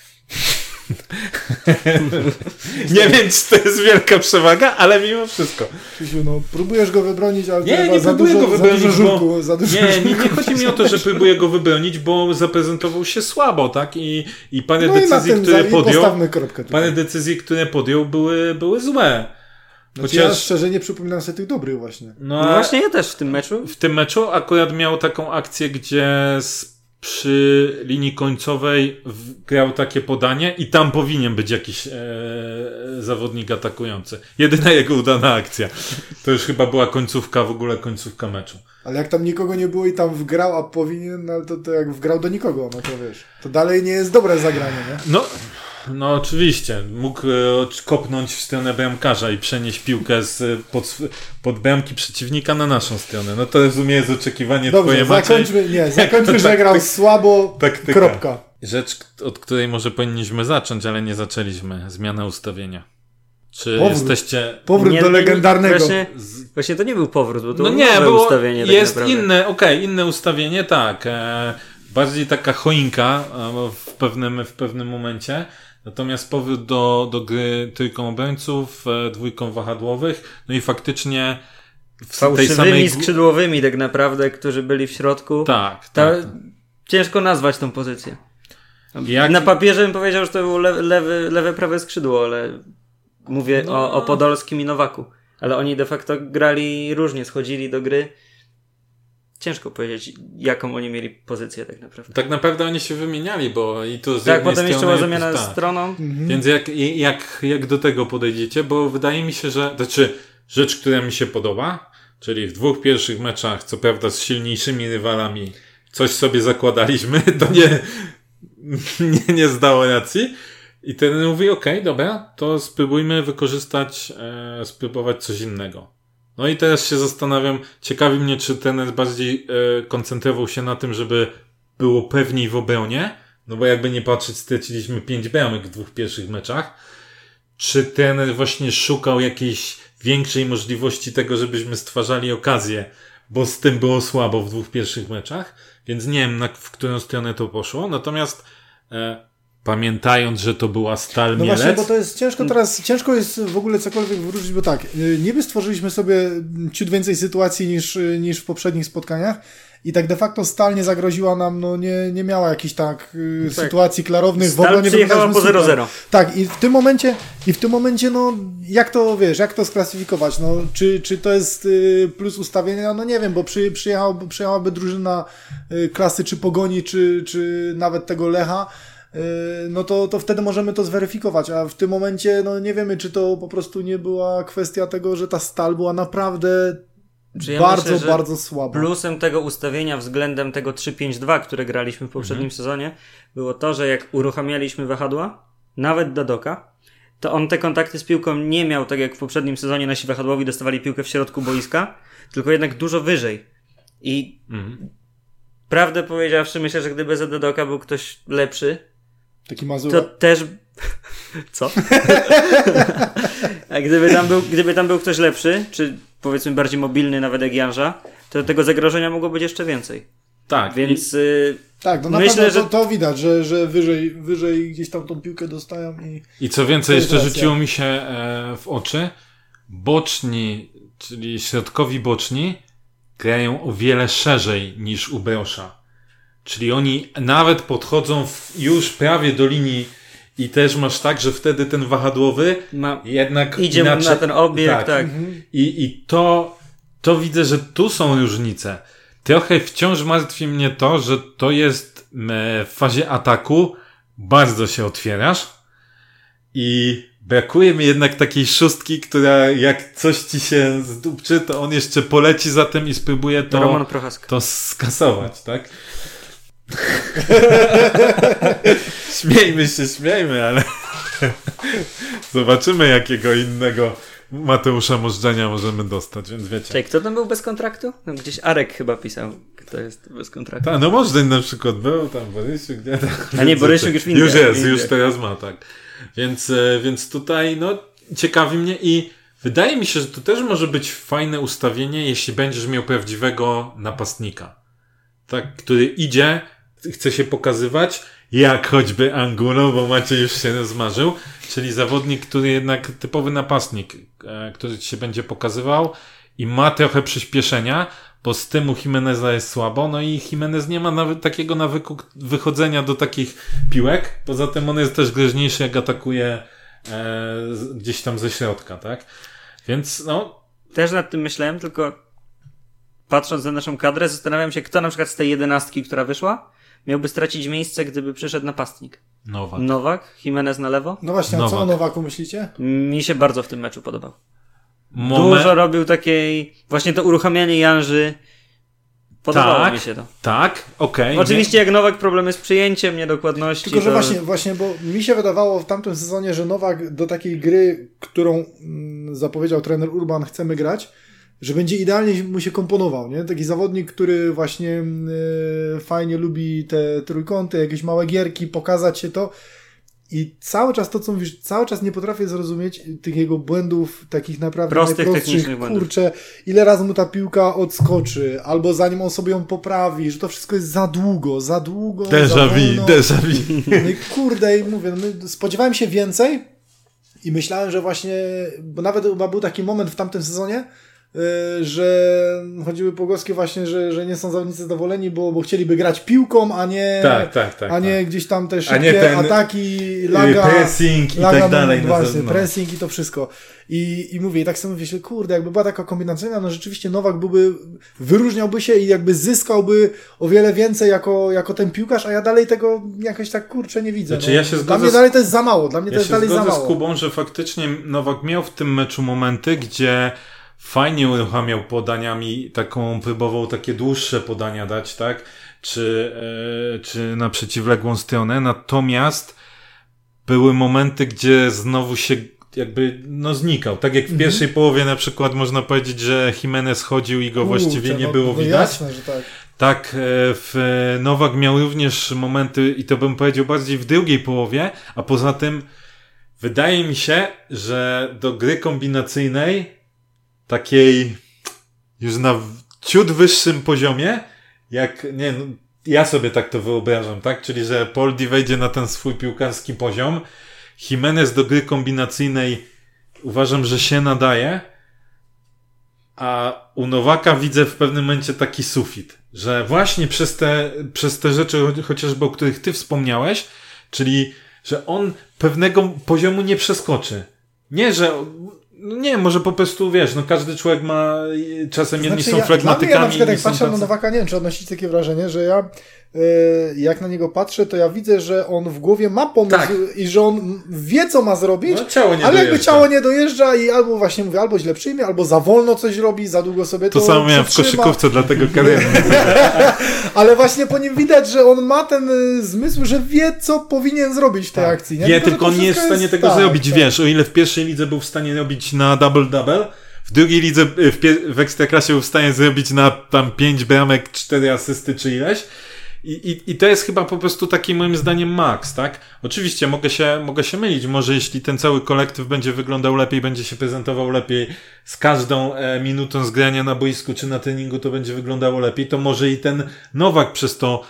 Nie wiem, czy to jest wielka przewaga, ale mimo wszystko. Krzysiu, no próbujesz go wybronić, ale Nie, to chyba nie za próbuję dużo, go za wybronić, dużo bo- żurku, za dużo Nie, nie, nie żurku. chodzi mi o to, że próbuję go wybronić, bo zaprezentował się słabo, tak? I, i parę No i na decyzji, tym które za- i podjął, postawmy kropkę tutaj. parę decyzji, które podjął, były, były złe. Znaczy, ja Chociaż szczerze nie przypominam sobie tych dobrych właśnie. no, No właśnie ja też w tym meczu. w tym meczu akurat miał taką akcję, gdzie z, przy linii końcowej w, grał takie podanie i tam powinien być jakiś e, zawodnik atakujący. Jedyna jego udana akcja. To już chyba była końcówka, w ogóle końcówka meczu. Ale jak tam nikogo nie było i tam wgrał, a powinien, no to, to jak wgrał do nikogo, no to wiesz. To dalej nie jest dobre zagranie, nie? No, no oczywiście. Mógł e, kopnąć w stronę bramkarza i przenieść piłkę z pod, pod bramki przeciwnika na naszą stronę. No to rozumiem, jest oczekiwanie Dobrze, twoje Maciej. zakończmy, nie, zakończmy, to że tak- grał tak- słabo, taktyka. kropka. Rzecz, od której może powinniśmy zacząć, ale nie zaczęliśmy. Zmiana ustawienia. Czy Powrót. jesteście... Powrót Nie, do nie, legendarnego. Właśnie, właśnie to nie był powrót, bo to No było nie, nowe było, ustawienie tak jest naprawdę. inne, okej, inne ustawienie, tak. E, bardziej taka choinka e, w pewnym, w pewnym momencie. Natomiast powrót do, do gry trójką obrońców, e, dwójką wahadłowych, no i faktycznie w tej Fałszywymi samej... skrzydłowymi tak naprawdę, którzy byli w środku. Tak, Ta, tak. Ciężko nazwać tą pozycję. Jak- Na papierze bym powiedział, że to było lewe, lewe, lewe prawe skrzydło, ale mówię No. o, o Podolskim i Nowaku. Ale oni de facto grali różnie, schodzili do gry. Ciężko powiedzieć, jaką oni mieli pozycję tak naprawdę. Tak naprawdę oni się wymieniali, bo i tu z Tak, jednej potem jeszcze strony... była zamiana tak. stroną. Mhm. Więc jak, jak, jak do tego podejdziecie? Bo wydaje mi się, że znaczy rzecz, która mi się podoba, czyli w dwóch pierwszych meczach, co prawda z silniejszymi rywalami, coś sobie zakładaliśmy, to nie, nie, nie zdało racji. I ten mówi, okej, okay, dobra, to spróbujmy wykorzystać, e, spróbować coś innego. No i teraz się zastanawiam, ciekawi mnie, czy ten bardziej e, koncentrował się na tym, żeby było pewniej w obronie, no bo jakby nie patrzeć, straciliśmy pięć bramek w dwóch pierwszych meczach. Czy trener właśnie szukał jakiejś większej możliwości tego, żebyśmy stwarzali okazję, bo z tym było słabo w dwóch pierwszych meczach, więc nie wiem, na, w którą stronę to poszło. Natomiast e, pamiętając, że to była Stal No Mielec. właśnie, bo to jest ciężko teraz, ciężko jest w ogóle cokolwiek wrócić, bo tak, niby stworzyliśmy sobie ciut więcej sytuacji niż, niż w poprzednich spotkaniach i tak de facto Stal nie zagroziła nam, no nie, nie miała jakichś tak, tak. sytuacji klarownych. Stal w ogóle nie przyjechała po zero zero. Tak, i w tym momencie, i w tym momencie, no jak to, wiesz, jak to sklasyfikować? No, czy, czy to jest plus ustawienia? No nie wiem, bo przy, przyjechał, przyjechałaby drużyna klasy czy Pogoni, czy, czy nawet tego Lecha, no to, to wtedy możemy to zweryfikować, a w tym momencie no nie wiemy, czy to po prostu nie była kwestia tego, że ta Stal była naprawdę ja bardzo, myślę, bardzo słaba. Plusem tego ustawienia względem tego trzy pięć dwa, które graliśmy w poprzednim mhm. sezonie, było to, że jak uruchamialiśmy wahadła, nawet Dadoka, to on te kontakty z piłką nie miał, tak jak w poprzednim sezonie nasi wahadłowi dostawali piłkę w środku boiska, tylko jednak dużo wyżej. I mhm. prawdę powiedziawszy, myślę, że gdyby za Dadoka był ktoś lepszy, taki Mazura. To też... Co? A gdyby tam, był, gdyby tam był ktoś lepszy, czy powiedzmy bardziej mobilny, nawet jak Janża, to tego zagrożenia mogło być jeszcze więcej. Tak. Więc... I... Y... Tak, no myślę, naprawdę że... to, to widać, że, że wyżej, wyżej gdzieś tam tą piłkę dostają i... I co więcej, jeszcze racja. Rzuciło mi się e, w oczy, boczni, czyli środkowi boczni, grają o wiele szerzej niż u Brosza. Czyli oni nawet podchodzą w, już prawie do linii i też masz tak, że wtedy ten wahadłowy Ma, jednak idzie inaczej, na ten obiekt, tak. tak. Mhm. I, i to, to widzę, że tu są różnice. Trochę wciąż martwi mnie to, że to jest w fazie ataku bardzo się otwierasz i brakuje mi jednak takiej szóstki, która jak coś ci się zdupczy, to on jeszcze poleci za tym i spróbuje to, Roman Prochaska. to skasować, tak? Śmiejmy się, śmiejmy, ale zobaczymy, jakiego innego Mateusza Możdżenia możemy dostać, więc wiecie. Czekaj, kto tam był bez kontraktu? Tam gdzieś Arek chyba pisał, kto jest bez kontraktu. Tak, no Możdżeń na przykład był, tam Borysiu, gdzie tam. A nie, Borysiu już w Indiach. Już jest, już teraz ma, tak. Więc, więc tutaj, no, ciekawi mnie i wydaje mi się, że to też może być fajne ustawienie, jeśli będziesz miał prawdziwego napastnika. Tak, który idzie, chce się pokazywać, jak choćby Angulo, bo Maciej już się rozmarzył, czyli zawodnik, który jednak typowy napastnik, e, który ci się będzie pokazywał i ma trochę przyspieszenia, bo z tym u Jimeneza jest słabo, no i Jimenez nie ma nawet takiego nawyku wychodzenia do takich piłek, poza tym on jest też groźniejszy, jak atakuje e, gdzieś tam ze środka, tak? Więc no... Też nad tym myślałem, tylko patrząc na naszą kadrę, zastanawiam się, kto na przykład z tej jedenastki, która wyszła, miałby stracić miejsce, gdyby przyszedł napastnik. Nowak. Nowak, Jimenez na lewo. No właśnie, a Nowak. Co o Nowaku myślicie? Mi się bardzo w tym meczu podobał. Moment. Dużo robił takiej, właśnie to uruchamianie Janży. Podobało tak, mi się to. Tak, okej. Okay, Oczywiście nie. Jak Nowak problemy z przyjęciem, niedokładności. Tylko, że to... właśnie, właśnie, bo mi się wydawało w tamtym sezonie, że Nowak do takiej gry, którą mm, zapowiedział trener Urban, chcemy grać, że będzie idealnie mu się komponował, nie? Taki zawodnik, który właśnie yy, fajnie lubi te trójkąty, jakieś małe gierki, pokazać się to i cały czas to, co mówisz, cały czas nie potrafię zrozumieć tych jego błędów, takich naprawdę prostych, najprostszych, kurczę, ile razy mu ta piłka odskoczy, albo zanim on sobie ją poprawi, że to wszystko jest za długo, za długo, déjà za vu, déjà vu. No i kurde, i mówię, no, spodziewałem się więcej i myślałem, że właśnie, bo nawet chyba był taki moment w tamtym sezonie, że chodziły pogłoski właśnie, że, że nie są zawodnicy zadowoleni, bo, bo chcieliby grać piłką, a nie, tak, tak, tak, a nie tak. gdzieś tam te szybkie ten, ataki, laga, pressing laga, i tak dalej. No, właśnie, no. Pressing i to wszystko. I, i mówię, i tak sobie myślę, kurde, jakby była taka kombinacyjna, no rzeczywiście Nowak byłby, wyróżniałby się i jakby zyskałby o wiele więcej jako, jako ten piłkarz, a ja dalej tego jakoś tak, kurczę, nie widzę. Znaczy, no. ja się Dla mnie z... dalej to jest za mało, dla mnie ja to jest dalej za mało. Ja się zgodzę z Kubą, że faktycznie Nowak miał w tym meczu momenty, gdzie fajnie uruchamiał podaniami, taką próbował takie dłuższe podania dać, tak? Czy, e, czy na przeciwległą stronę. Natomiast były momenty, gdzie znowu się jakby no znikał. Tak jak w mm-hmm. pierwszej połowie na przykład można powiedzieć, że Jimenez chodził i go Kurczę, właściwie nie no, było no widać. Jasne, że tak. Tak, w Nowak miał również momenty, i to bym powiedział bardziej w drugiej połowie, a poza tym wydaje mi się, że do gry kombinacyjnej takiej już na ciut wyższym poziomie, jak, nie no, ja sobie tak to wyobrażam, tak? Czyli, że Poldi wejdzie na ten swój piłkarski poziom. Jimenez do gry kombinacyjnej uważam, że się nadaje, a u Nowaka widzę w pewnym momencie taki sufit, że właśnie przez te, przez te rzeczy chociażby, o których ty wspomniałeś, czyli, że on pewnego poziomu nie przeskoczy. Nie, że no nie, może po prostu, wiesz, no każdy człowiek ma, czasem jedni znaczy, są ja, flegmatykami. Dla mnie, ja na przykład jak są patrzę tacy... na Nowaka, nie wiem, czy odnosicie takie wrażenie, że ja yy, jak na niego patrzę, to ja widzę, że on w głowie ma pomysł tak. i że on wie, co ma zrobić, no, ciało nie ale dojeżdża. jakby ciało nie dojeżdża i albo właśnie mówię, albo źle przyjmie, albo za wolno coś robi, za długo sobie to To samo miałem w koszykówce, dlatego kariery. Ale właśnie po nim widać, że on ma ten y, zmysł, że wie, co powinien zrobić w tej tak. akcji. Nie, nie tylko, tylko on nie jest w stanie jest... tego tak, zrobić, tak. wiesz, o ile w pierwszej lidze był w stanie robić na double-double, w drugiej lidze, w, pie- w Ekstraklasie był w stanie zrobić na tam pięć bramek, cztery asysty czy ileś. I, i, I to jest chyba po prostu taki moim zdaniem maks, tak? Oczywiście mogę się, mogę się mylić, może jeśli ten cały kolektyw będzie wyglądał lepiej, będzie się prezentował lepiej z każdą e, minutą zgrania na boisku czy na treningu to będzie wyglądało lepiej, to może i ten Nowak przez to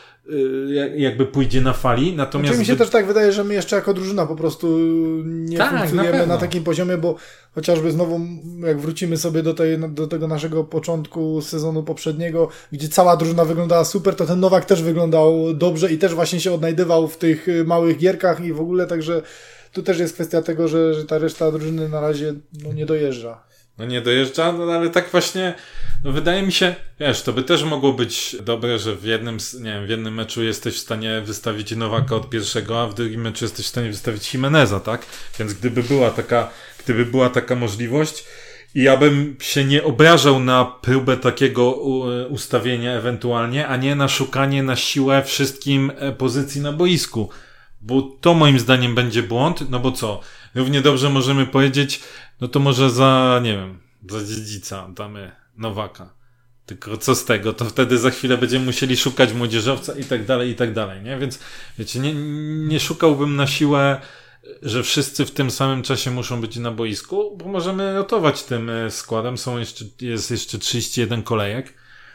e, jakby pójdzie na fali, natomiast... Znaczy mi się wy... też tak wydaje, że my jeszcze jako drużyna po prostu nie tak, funkcjonujemy na, na takim poziomie, bo chociażby znowu jak wrócimy sobie do, tej, do tego naszego początku sezonu poprzedniego, gdzie cała drużyna wyglądała super, to ten Nowak też wyglądał dobrze i też właśnie się odnajdywał w tych małych gierkach i w ogóle, także tu też jest kwestia tego, że, że ta reszta drużyny na razie no, nie dojeżdża. No nie dojeżdża, no ale tak właśnie, no wydaje mi się, wiesz, to by też mogło być dobre, że w jednym, nie wiem, w jednym meczu jesteś w stanie wystawić Nowaka od pierwszego, a w drugim meczu jesteś w stanie wystawić Jimeneza, tak? Więc gdyby była taka, gdyby była taka możliwość i ja bym się nie obrażał na próbę takiego ustawienia ewentualnie, a nie na szukanie na siłę wszystkim pozycji na boisku. Bo to moim zdaniem będzie błąd, no bo co? Równie dobrze możemy powiedzieć, no to może za, nie wiem, za dziedzica damy Nowaka. Tylko co z tego? To wtedy za chwilę będziemy musieli szukać młodzieżowca i tak dalej, i tak dalej, nie? Więc wiecie, nie, nie szukałbym na siłę, że wszyscy w tym samym czasie muszą być na boisku, bo możemy rotować tym składem. Są jeszcze, jest jeszcze trzydzieści jeden kolejek.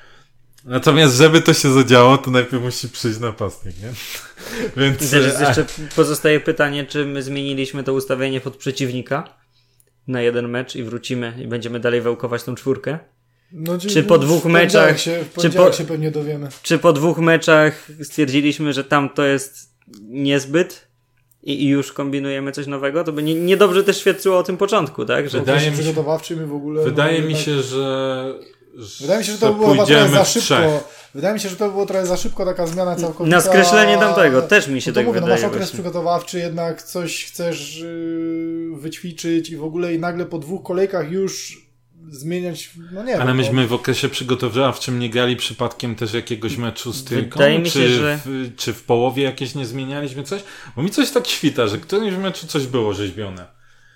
Natomiast żeby to się zadziało, to najpierw musi przyjść napastnik, nie? Więc... I też jest jeszcze pozostaje pytanie, czy my zmieniliśmy to ustawienie pod przeciwnika na jeden mecz i wrócimy i będziemy dalej wełkować tą czwórkę? No, czy po dwóch meczach się, czy po, się pewnie dowiemy. Czy po dwóch meczach stwierdziliśmy, że tam to jest niezbyt i, i już kombinujemy coś nowego? To by nie, niedobrze też świadczyło o tym początku, tak? Że wydaje mi się, przygotowawczym i w ogóle... Wydaje no, mi się, że... Wydaje mi się, że to było chyba trochę za szybko. Wydaje mi się, że to było trochę za szybko, taka zmiana całkowita. Na skreślenie tamtego, też mi się no tak mówię, wydaje. No masz okres właśnie. przygotowawczy, jednak coś chcesz yy, wyćwiczyć i w ogóle i nagle po dwóch kolejkach już zmieniać, no nie Ale wiem. myśmy no. w okresie przygotowawczym nie grali przypadkiem też jakiegoś meczu z Trójką? Wydaje mi się, czy, że... w, czy w połowie jakieś nie zmienialiśmy coś? Bo mi coś tak świta, że którymś w meczu coś było rzeźbione.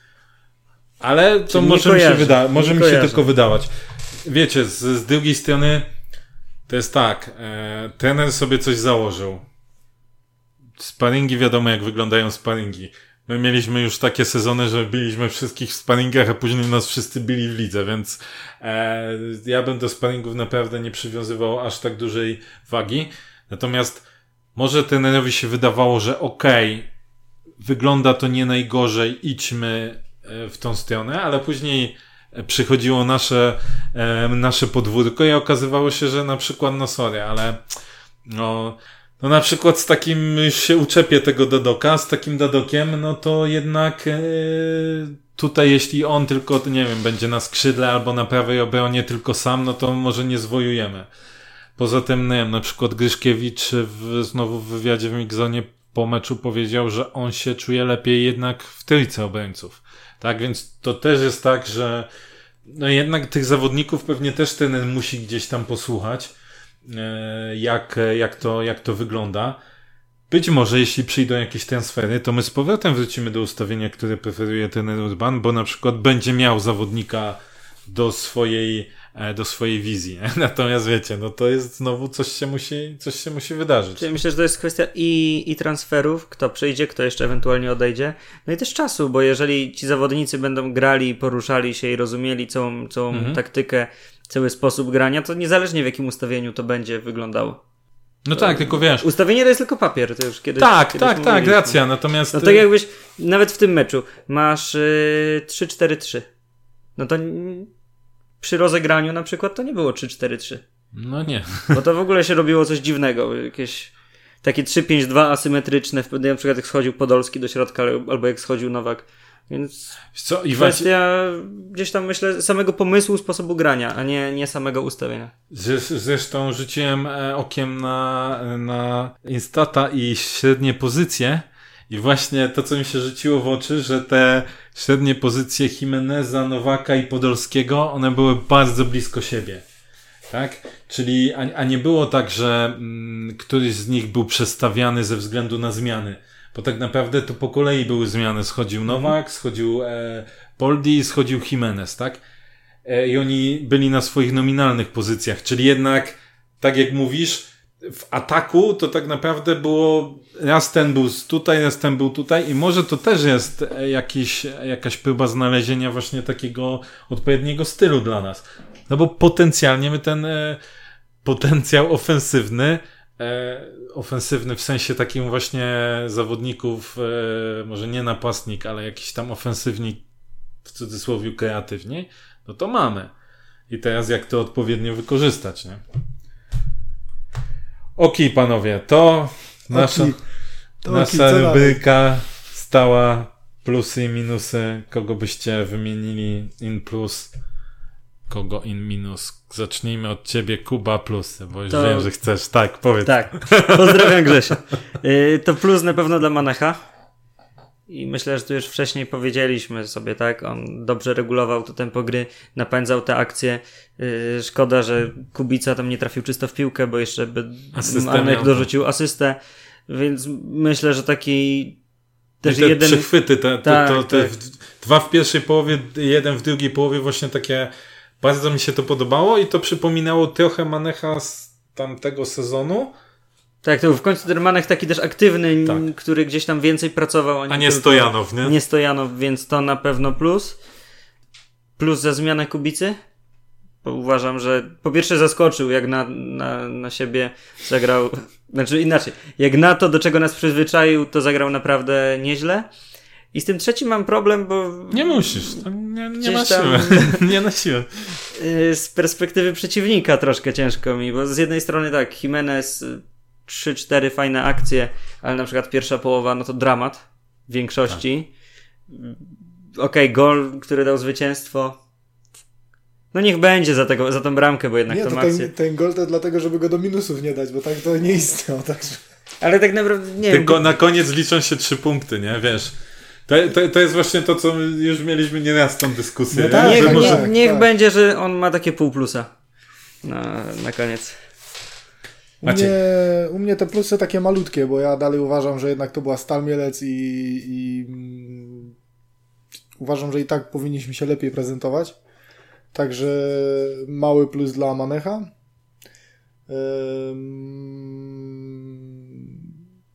Ale to Czyli może mi się, wyda- może mi się kojarzę. tylko wydawać. Wiecie, z, z drugiej strony to jest tak, e, trener sobie coś założył. Sparingi, wiadomo jak wyglądają sparingi. My mieliśmy już takie sezony, że biliśmy wszystkich w sparingach, a później nas wszyscy bili w lidze, więc e, ja bym do sparingów naprawdę nie przywiązywał aż tak dużej wagi. Natomiast może trenerowi się wydawało, że okej, okay, wygląda to nie najgorzej, idźmy w tą stronę, ale później przychodziło nasze, e, nasze podwórko i okazywało się, że na przykład, no sorry, ale no, no na przykład z takim, już się uczepię tego Dadoka, z takim Dadokiem, no to jednak e, tutaj jeśli on tylko, nie wiem, będzie na skrzydle albo na prawej obronie tylko sam, no to może nie zwojujemy. Poza tym, nie wiem, na przykład Gryszkiewicz w, znowu w wywiadzie w Mixzonie po meczu powiedział, że on się czuje lepiej jednak w trójce obrońców. Tak, więc to też jest tak, że no jednak tych zawodników pewnie też ten musi gdzieś tam posłuchać, jak, jak, to, jak to wygląda. Być może jeśli przyjdą jakieś transfery, to my z powrotem wrócimy do ustawienia, które preferuje trener Urban, bo na przykład będzie miał zawodnika do swojej, do swojej wizji. Nie? Natomiast wiecie, no to jest znowu coś się musi, coś się musi wydarzyć. Czyli myślę, że to jest kwestia i, i transferów, kto przyjdzie, kto jeszcze ewentualnie odejdzie, no i też czasu, bo jeżeli ci zawodnicy będą grali, poruszali się i rozumieli całą, całą mhm. taktykę, cały sposób grania, to niezależnie w jakim ustawieniu to będzie wyglądało. No tak, tylko wiesz... Ustawienie to jest tylko papier, to już kiedyś... Tak, kiedyś tak, tak, racja, natomiast... No tak jakbyś, nawet w tym meczu, masz yy, trzy cztery trzy. No to n- przy rozegraniu na przykład to nie było trzy cztery trzy. No nie. Bo to w ogóle się robiło coś dziwnego, jakieś takie trzy pięć dwa asymetryczne, na przykład jak schodził Podolski do środka, albo jak schodził Nowak. Więc co, i kwestia gdzieś tam, myślę, samego pomysłu, sposobu grania, a nie, nie samego ustawienia. Zresztą rzuciłem okiem na, na Instata i średnie pozycje i właśnie to, co mi się rzuciło w oczy, że te średnie pozycje Jimeneza, Nowaka i Podolskiego, one były bardzo blisko siebie. Tak? Czyli, a, a nie było tak, że mm, któryś z nich był przestawiany ze względu na zmiany. Bo tak naprawdę to po kolei były zmiany. Schodził Nowak, schodził e, Poldi, schodził Jimenez, tak? E, I oni byli na swoich nominalnych pozycjach. Czyli jednak, tak jak mówisz, w ataku to tak naprawdę było raz ten był tutaj, raz ten był tutaj i może to też jest jakiś, jakaś próba znalezienia właśnie takiego odpowiedniego stylu dla nas. No bo potencjalnie my ten e, potencjał ofensywny E, ofensywny w sensie takim właśnie zawodników, e, może nie napastnik, ale jakiś tam ofensywnik, w cudzysłowie kreatywniej, no to mamy. I teraz jak to odpowiednio wykorzystać, nie? Okej, panowie, to nasza, Oki. To nasza oki, rubryka stała plusy i minusy. Kogo byście wymienili in plus? Kogo in minus? Zacznijmy od ciebie, Kuba, plusy, bo już to... wiem, że chcesz. Tak, powiedz. Tak, pozdrawiam Grzesia. Yy, to plus na pewno dla Manecha. I myślę, że tu już wcześniej powiedzieliśmy sobie, tak? On dobrze regulował to tempo gry, napędzał te akcje. Yy, szkoda, że Kubica tam nie trafił czysto w piłkę, bo jeszcze by Manek dorzucił asystę. Więc myślę, że taki też I te jeden... przechwyty, te, te, tak, to, te tak. w, dwa w pierwszej połowie, jeden w drugiej połowie, właśnie takie, bardzo mi się to podobało i to przypominało trochę Manecha z tamtego sezonu. Tak, to był w końcu ten Manech taki też aktywny, Tak. który gdzieś tam więcej pracował. A nie, A nie tylko, Stojanow, nie? Nie Stojanow, więc to na pewno plus. Plus za zmianę Kubicy. Bo uważam, że po pierwsze zaskoczył, jak na, na, na siebie zagrał, znaczy inaczej, jak na to, do czego nas przyzwyczaił, to zagrał naprawdę nieźle. I z tym trzecim mam problem, bo... Nie musisz, to nie, nie na Gdzieś tam- siłę. nie na siłę. Yy, z perspektywy przeciwnika troszkę ciężko mi, bo z jednej strony tak, Jimenez, trzy cztery fajne akcje, ale na przykład pierwsza połowa, no to dramat w większości. Okej, okay, gol, który dał zwycięstwo. No niech będzie za, tego, za tą bramkę, bo jednak Nie, to to ma ten, akcję. ten gol to dlatego, żeby go do minusów nie dać, bo tak to nie istniał. Także... Ale tak naprawdę, nie Tylko wiem. na koniec liczą się trzy punkty, nie? Wiesz. To, to, to jest właśnie to, co już mieliśmy nieraz tą dyskusję. No nie? tak, Niech, Że może- nie, tak, niech tak. będzie, że on ma takie pół plusa na, na koniec. U Macie. mnie, u mnie te plusy takie malutkie, bo ja dalej uważam, że jednak to była Stal Mielec i, i mm, uważam, że i tak powinniśmy się lepiej prezentować. Także mały plus dla Manecha. Ym...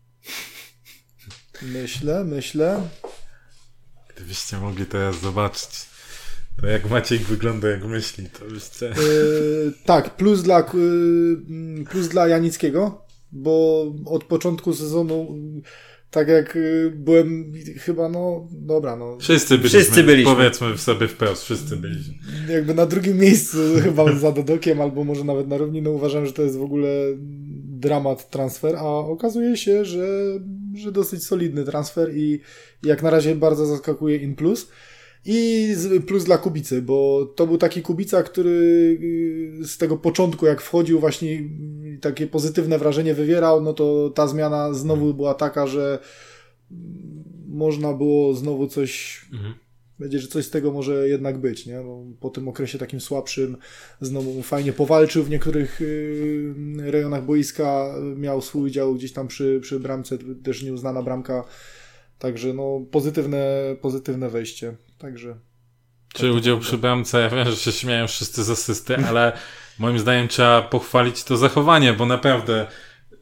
Myślę, myślę. Gdybyście mogli teraz zobaczyć, to jak Maciek wygląda, jak myśli, to byście... Yy, tak, plus dla, yy, plus dla Janickiego, bo od początku sezonu, tak jak yy, byłem chyba, no dobra, no Wszyscy byliśmy, Wszyscy byliśmy. powiedzmy sobie wprost, wszyscy byliśmy. jakby na drugim miejscu chyba za Dodokiem, albo może nawet na równi, no uważam, że to jest w ogóle dramat transfer, a okazuje się, że, że dosyć solidny transfer i jak na razie bardzo zaskakuje in plus. I z- plus dla Kubicy, bo to był taki Kubica, który y, z tego początku, jak wchodził, właśnie y, takie pozytywne wrażenie wywierał, no to ta zmiana znowu była taka, że mm, można było znowu coś, Mhm. będzie, że coś z tego może jednak być, nie? Bo po tym okresie takim słabszym znowu fajnie powalczył w niektórych y, rejonach boiska, miał swój udział gdzieś tam przy, przy bramce, też nieuznana bramka. Także no pozytywne, pozytywne wejście. Także. Czy udział przy bramce, ja wiem, że się śmieją wszyscy z asysty, ale moim zdaniem trzeba pochwalić to zachowanie, bo naprawdę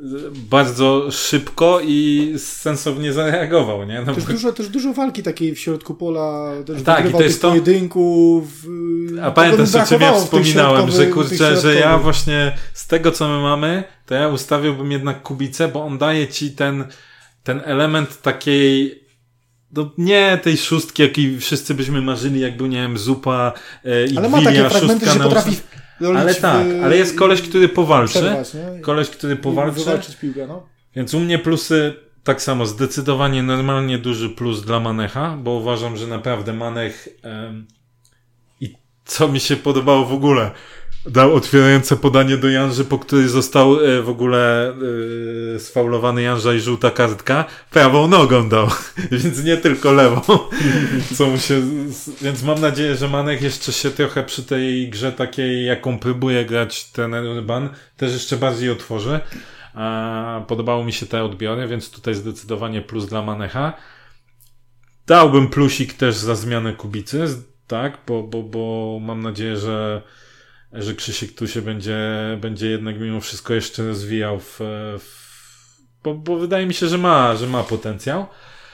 bardzo szybko i sensownie zareagował, nie? No też, bo... dużo, też dużo walki takiej w środku pola, też tak, wygrywał i to jest tych to... pojedynków. A pamiętasz, co ciebie wspominałem, że tych kurczę, że ja właśnie z tego, co my mamy, to ja ustawiłbym jednak Kubicę, bo on daje ci ten, ten element takiej, no nie tej szóstki, jakiej wszyscy byśmy marzyli, jak był, nie wiem, Zupa e, i ale ma takie fragmenty, że potrafi ale tak, w... ale jest koleś, który powalczy. Przerwać, koleś, który powalczy. Wywalczyć piłkę, no. Więc u mnie plusy tak samo, zdecydowanie normalnie duży plus dla Manecha, bo uważam, że naprawdę Manech em, i co mi się podobało w ogóle, dał otwierające podanie do Janży, po której został e, w ogóle e, sfaulowany Janża i żółta kartka, prawą nogą dał, więc nie tylko lewą, co mu się, więc mam nadzieję, że Manech jeszcze się trochę przy tej grze takiej, jaką próbuje grać trener Urban, też jeszcze bardziej otworzy. A podobało mi się te odbiory, więc tutaj zdecydowanie plus dla Manecha. Dałbym plusik też za zmianę Kubicy, tak, bo, bo, bo mam nadzieję, że że Krzysiek tu się będzie, będzie jednak mimo wszystko jeszcze rozwijał w, w bo, bo wydaje mi się, że ma, że ma potencjał.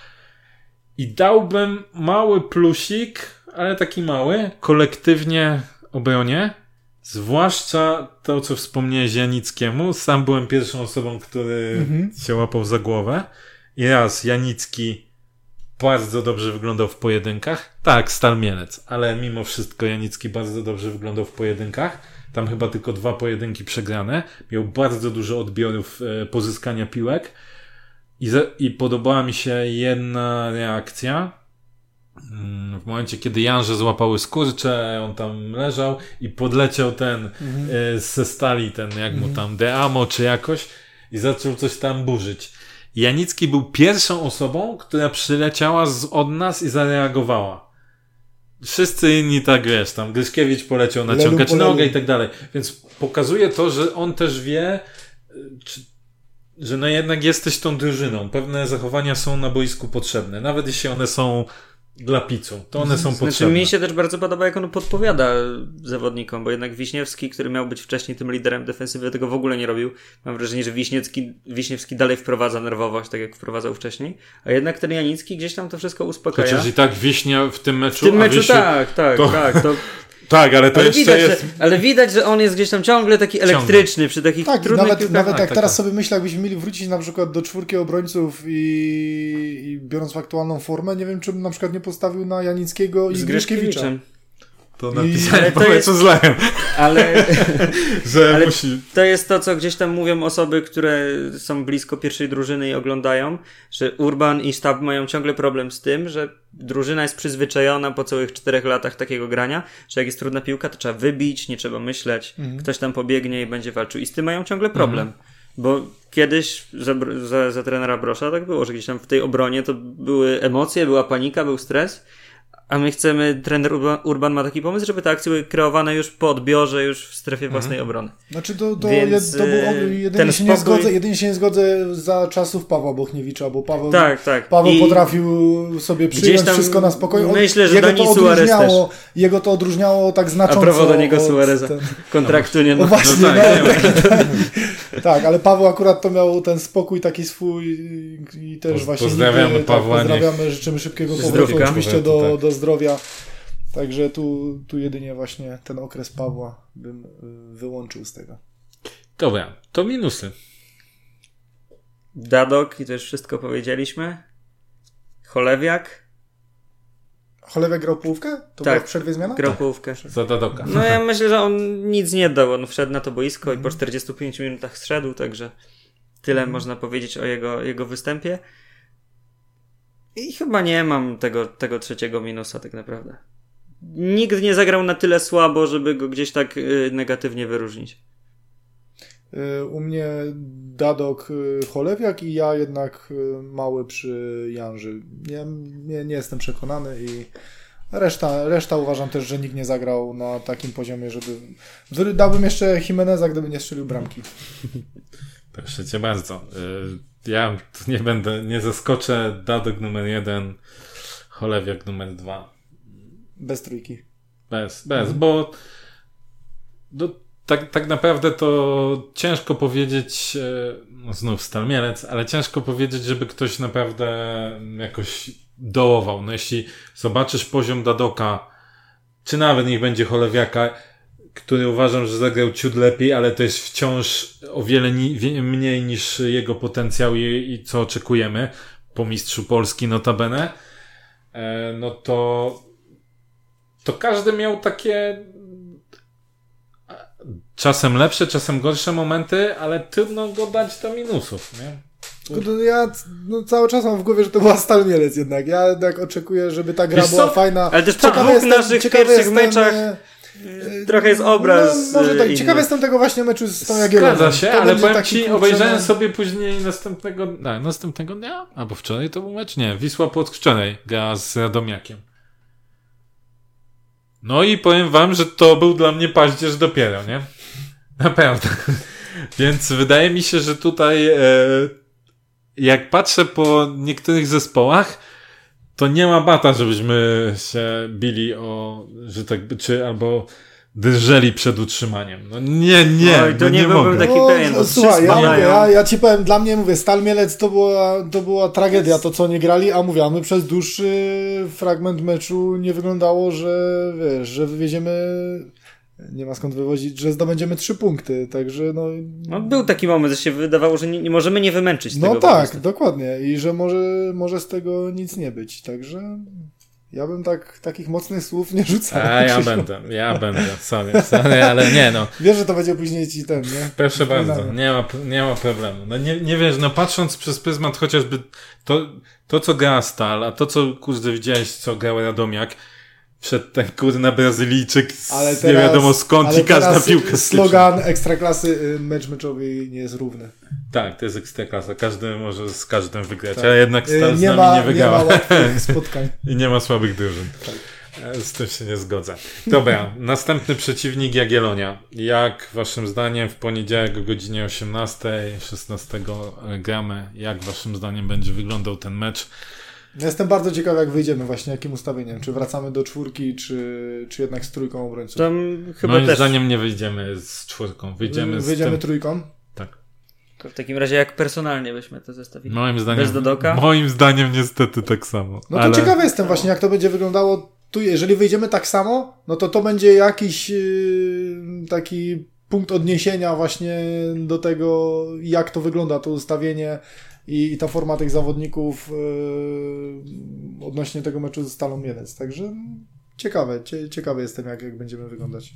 I dałbym mały plusik, ale taki mały, kolektywnie obronie, zwłaszcza to, co wspomniałeś Janickiemu. Sam byłem pierwszą osobą, który mhm. się łapał za głowę. I raz Janicki bardzo dobrze wyglądał w pojedynkach. Tak, Stal Mielec, ale mimo wszystko Janicki bardzo dobrze wyglądał w pojedynkach. Tam chyba tylko dwa pojedynki przegrane. Miał bardzo dużo odbiorów e, pozyskania piłek. I, za, I podobała mi się jedna reakcja. W momencie, kiedy Janże złapały skurcze, on tam leżał i podleciał ten mhm. e, ze Stali, ten jak mu tam, Deamo czy jakoś i zaczął coś tam burzyć. Janicki był pierwszą osobą, która przyleciała z, od nas i zareagowała. Wszyscy inni tak, wiesz, tam Gryszkiewicz poleciał naciągać nogę i tak dalej. Więc pokazuje to, że on też wie, czy, że no jednak jesteś tą drużyną. Pewne zachowania są na boisku potrzebne. Nawet jeśli one są dla picu, to one są znaczy, potrzebne. Mi się też bardzo podoba, jak on podpowiada zawodnikom, bo jednak Wiśniewski, który miał być wcześniej tym liderem defensywy, tego w ogóle nie robił. Mam wrażenie, że Wiśniewski, Wiśniewski dalej wprowadza nerwowość, tak jak wprowadzał wcześniej, a jednak ten Janicki gdzieś tam to wszystko uspokaja. Chociaż i tak Wiśnia w tym meczu... W tym meczu Wiesiu, tak, tak, to... tak. To... Tak, ale to ale jeszcze widać, jest... Że, ale widać, że on jest gdzieś tam ciągle taki elektryczny ciągle. Przy takich tak, trudnych nawet, piłkach. nawet tak, jak tak, teraz tak. sobie myślę, jakbyśmy mieli wrócić na przykład do czwórki obrońców i, i biorąc aktualną formę, nie wiem, czy bym na przykład nie postawił na Janickiego i z Gryszkiewicza. To napisałem pomysł z Lechem. Ale, że ale musi... to jest to, co gdzieś tam mówią osoby, które są blisko pierwszej drużyny i oglądają, że Urban i sztab mają ciągle problem z tym, że drużyna jest przyzwyczajona po całych czterech latach takiego grania, że jak jest trudna piłka, to trzeba wybić, nie trzeba myśleć, mhm. ktoś tam pobiegnie i będzie walczył. I z tym mają ciągle problem. Mhm. Bo kiedyś za, za, za trenera Brosza tak było, że gdzieś tam w tej obronie to były emocje, była panika, był stres. A my chcemy, trener Urban, Urban ma taki pomysł, żeby te akcje były kreowane już po odbiorze, już w strefie własnej mhm. obrony. Znaczy to, to, Więc, to był, jedynie, się spokój... nie zgodzę, jedynie się nie zgodzę za czasów Pawła Bochniewicza, bo Paweł, tak, tak. Paweł I potrafił sobie przyjąć wszystko na spokojnie. Myślę, że jego Dani to Suarez też. Jego to odróżniało tak znacząco. A propos do niego Suareza. Ten... Kontraktu nie ma. No właśnie, no tak, no, tak, tak, ale Paweł akurat to miał ten spokój taki swój i też Poz, właśnie pozdrawiamy nigdy, Pawła. Tak, pozdrawiamy, niech... życzymy szybkiego powrotu Zdrówka. oczywiście do, tak. do zdrowia. Także tu, tu jedynie właśnie ten okres Pawła bym wyłączył z tego. Dobra, to minusy. Dadok i to już wszystko powiedzieliśmy. Cholewiak. Cholewiak grał połówkę? To tak, była w przerwie zmiana? grał połówkę. Za Dadoka. No ja myślę, że on nic nie dał. On wszedł na to boisko mm. i po czterdziestu pięciu minutach zszedł, także tyle mm. można powiedzieć o jego, jego występie. I chyba nie mam tego, tego trzeciego minusa tak naprawdę. Nikt nie zagrał na tyle słabo, żeby go gdzieś tak y, negatywnie wyróżnić. U mnie Dadok, Cholewiak i ja jednak mały przy Janży. Nie, nie, nie jestem przekonany i reszta, reszta uważam też, że nikt nie zagrał na takim poziomie, żeby... Dałbym jeszcze Jimeneza, gdyby nie strzelił bramki. Proszę cię bardzo. Ja nie będę, nie zaskoczę. Dadok numer jeden, Cholewiak numer dwa. Bez trójki. Bez, bez, mhm. bo do, tak, tak naprawdę to ciężko powiedzieć, no znów Stal Mielec, ale ciężko powiedzieć, żeby ktoś naprawdę jakoś dołował. No jeśli zobaczysz poziom Dadoka, czy nawet niech będzie Cholewiaka, który uważam, że zagrał ciut lepiej, ale to jest wciąż o wiele ni- mniej niż jego potencjał i, i co oczekujemy po mistrzu Polski notabene, e, no to to każdy miał takie czasem lepsze, czasem gorsze momenty, ale trudno go dać do minusów, nie? Ja no, cały czas mam w głowie, że to była Stal Mielec jednak. Ja jednak oczekuję, żeby ta gra Wiesz była co? fajna. Ale też po Ciekawy dwóch jestem- naszych ciekawy pierwszych jestem, meczach e, trochę jest obraz. No, może tak. inny. Ciekawy jestem tego właśnie meczu z tą Jagiellonią. Zgadza się, To ale będzie powiem taki, ci, kurczę, obejrzałem no- sobie później następnego, tak, następnego dnia, albo wczoraj to był mecz, nie, Wisła Płock wczoraj gra z Radomiakiem. No i powiem wam, że to był dla mnie paździerz dopiero, nie? Naprawdę. Więc wydaje mi się, że tutaj e, jak patrzę po niektórych zespołach, to nie ma bata, żebyśmy się bili o, że tak by, czy albo drżeli przed utrzymaniem. No nie, nie, Oj, to no nie nie byłbym mogę. taki pewien, bo słuchaj, trzy ja, mówię, spadają. ja, ja ci powiem, dla mnie mówię, Stal Mielec to była, to była tragedia, to co nie grali, a mówię, a my przez dłuższy fragment meczu nie wyglądało, że wiesz, że wywieziemy, nie ma skąd wywozić, że zdobędziemy trzy punkty, także no... No, był taki moment, że się wydawało, że nie, nie możemy nie wymęczyć No tego. tak, po prostu. dokładnie i że może, może z tego nic nie być, także... Ja bym tak, takich mocnych słów nie rzucał. A ja będę, ja będę, sorry, sorry, ale nie no. Wiesz, że to będzie później ci ten, nie? Proszę Wspominamy. bardzo, nie ma, nie ma problemu. No nie, nie wiesz, no patrząc przez pryzmat chociażby to, to co gra Stal, a to co kurde widziałeś, co grał Radomiak, przed ten kurna Brazylijczyk z Ale nie teraz- wiadomo skąd ale i każda teraz piłka slogan Ekstraklasy y, mecz meczowy nie jest równy. Tak, to jest ekstraklasa, każdy może z każdym wygrać, Tak. ale jednak Y, Stal z nie, nami ma, nie wygrała. nie ma łatwych spotkań. I nie ma słabych drużyn. Tak. E, Z tym się nie zgodzę. Dobra, następny przeciwnik Jagiellonia. Jak waszym zdaniem w poniedziałek o godzinie osiemnastej, szesnastego gramy? Jak waszym zdaniem będzie wyglądał ten mecz? Jestem bardzo ciekawy, jak wyjdziemy właśnie, jakim ustawieniem. Czy wracamy do czwórki, czy, czy jednak z trójką obrońców. Tam chyba Moim też. zdaniem nie wyjdziemy z czwórką. Wyjdziemy z wyjdziemy tym... trójką. Tak. To w takim razie jak personalnie byśmy to zestawili. Moim zdaniem, Bez Dadoka? moim zdaniem niestety tak samo. No to ale... ciekawy jestem właśnie, jak to będzie wyglądało tu. Jeżeli wyjdziemy tak samo, no to to będzie jakiś yy, taki punkt odniesienia właśnie do tego, jak to wygląda, to ustawienie i, i ta forma tych zawodników yy, odnośnie tego meczu ze Stalą Mielec. Także ciekawe, cie, ciekawy jestem, jak, jak będziemy wyglądać.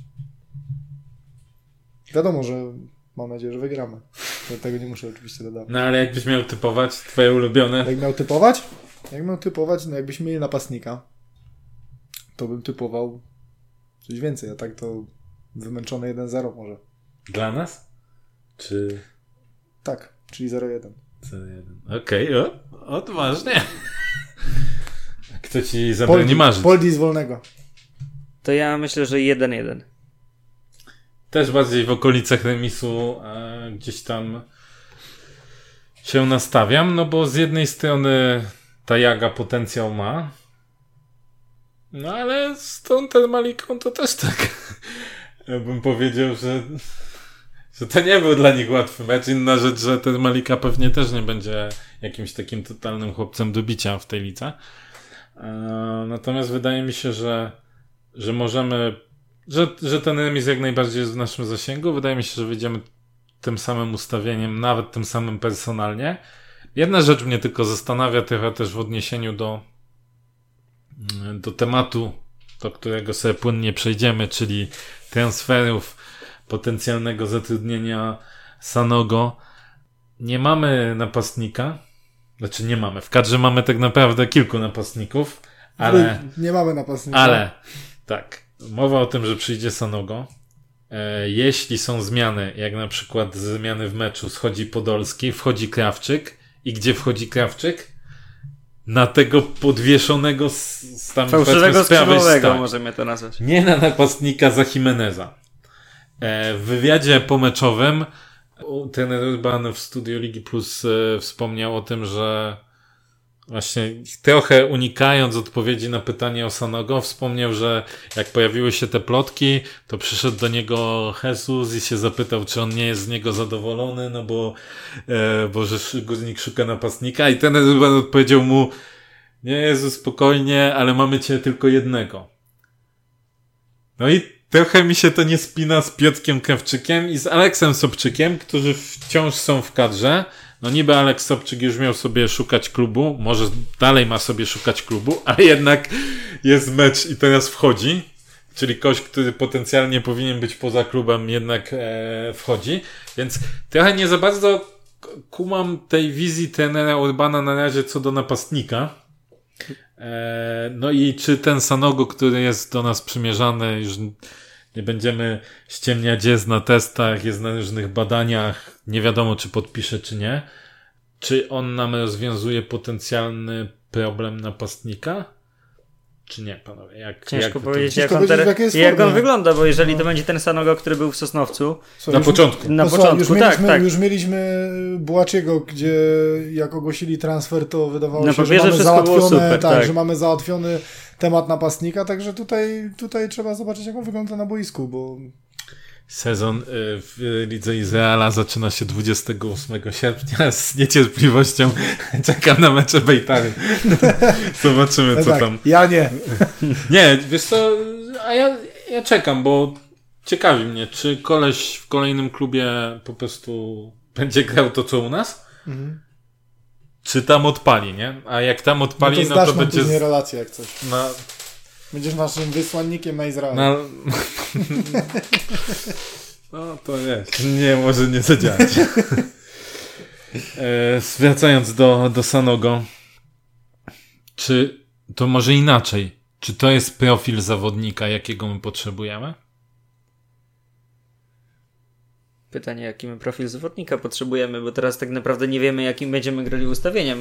Wiadomo, że mam nadzieję, że wygramy. Do tego nie muszę oczywiście dodawać. No ale jakbyś miał typować twoje ulubione... Jak miał typować? Jak miał typować, no jakbyśmy mieli napastnika, to bym typował coś więcej, a tak to wymęczone jeden zero może. Dla nas? Czy... Tak, czyli zero jeden. Okej, okay, odważnie. Kto ci zabroni Poldi, marzyć? Poldi z wolnego. To ja myślę, że jeden jeden. Też bardziej w okolicach remisu e, gdzieś tam się nastawiam, no bo z jednej strony ta Jaga potencjał ma, no ale z tą Termaliką to też tak. Ja bym powiedział, że, że to nie był dla nich łatwy mecz. Inna rzecz, że Termalika pewnie też nie będzie jakimś takim totalnym chłopcem do bicia w tej lidze. E, natomiast wydaje mi się, że, że możemy Że, że ten remis jak najbardziej jest w naszym zasięgu. Wydaje mi się, że wyjdziemy tym samym ustawieniem, nawet tym samym personalnie. Jedna rzecz mnie tylko zastanawia trochę też w odniesieniu do, do tematu, do którego sobie płynnie przejdziemy, czyli transferów, potencjalnego zatrudnienia Sanogo. Nie mamy napastnika. Znaczy nie mamy. W kadrze mamy tak naprawdę kilku napastników, ale... Nie mamy napastnika. Ale, tak. Mowa o tym, że przyjdzie Sanogo. E, jeśli są zmiany, jak na przykład zmiany w meczu, schodzi Podolski, wchodzi Krawczyk. I gdzie wchodzi Krawczyk? Na tego podwieszonego z, z tam Fałszywego z prawej skrzydłowego strony. możemy to nazwać. Nie na napastnika za Jimeneza. E, w wywiadzie pomeczowym trener Urban w Studio Ligi Plus e, wspomniał o tym, że właśnie trochę unikając odpowiedzi na pytanie o Sanogo, wspomniał, że jak pojawiły się te plotki, to przyszedł do niego Jesus i się zapytał, czy on nie jest z niego zadowolony, no bo, e, bo że Górnik szuka napastnika i ten odpowiedział mu, nie Jezu, spokojnie, ale mamy cię tylko jednego. No i trochę mi się to nie spina z Piotrkiem Krawczykiem i z Aleksem Sobczykiem, którzy wciąż są w kadrze. No niby Aleks Sobczyk już miał sobie szukać klubu, może dalej ma sobie szukać klubu, ale jednak jest mecz i teraz wchodzi, czyli ktoś, który potencjalnie powinien być poza klubem, jednak e, wchodzi, więc trochę nie za bardzo kumam tej wizji trenera Urbana na razie co do napastnika. E, no i czy ten Sanogo, który jest do nas przymierzany, już nie będziemy ściemniać, jest na testach, jest na różnych badaniach, nie wiadomo czy podpisze, czy nie. Czy on nam rozwiązuje potencjalny problem napastnika? Czy nie, panowie? Jak, Ciężko jak powiedzieć, Ciężko jak, on, powiedzieć, ter- w jakiej jest jak on formie. wygląda, bo jeżeli to będzie ten Sanogo, który był w Sosnowcu, Słuchaj, na już- początku. na No słuchaj, początku, już tak, mieliśmy, tak. Już mieliśmy Bułaciego, gdzie jak ogłosili transfer, to wydawało Na się, że papierze mamy wszystko było załatwione, super, tak, tak. że mamy załatwiony temat napastnika, także tutaj, tutaj trzeba zobaczyć, jak on wygląda na boisku, bo Sezon y, w Lidze Izraela zaczyna się dwudziestego ósmego sierpnia. Z niecierpliwością czekam na mecze Bejtary. Zobaczymy, no co tak, tam. ja nie. Nie, wiesz co, a ja, ja czekam, bo ciekawi mnie, czy koleś w kolejnym klubie po prostu będzie grał to, co u nas? Mhm. Czy tam odpali, nie? A jak tam No odpali, to no zdasz to, nam będzie... później Z... relację, jak coś. Na... Będziesz naszym wysłannikiem na Izrael. Na... No to wiesz, nie, może nie zadziałać. e, wracając do, do Sanogo, czy to może inaczej? Czy to jest profil zawodnika, jakiego my potrzebujemy? pytanie, jaki my profil zawodnika potrzebujemy, bo teraz tak naprawdę nie wiemy, jakim będziemy grali ustawieniem,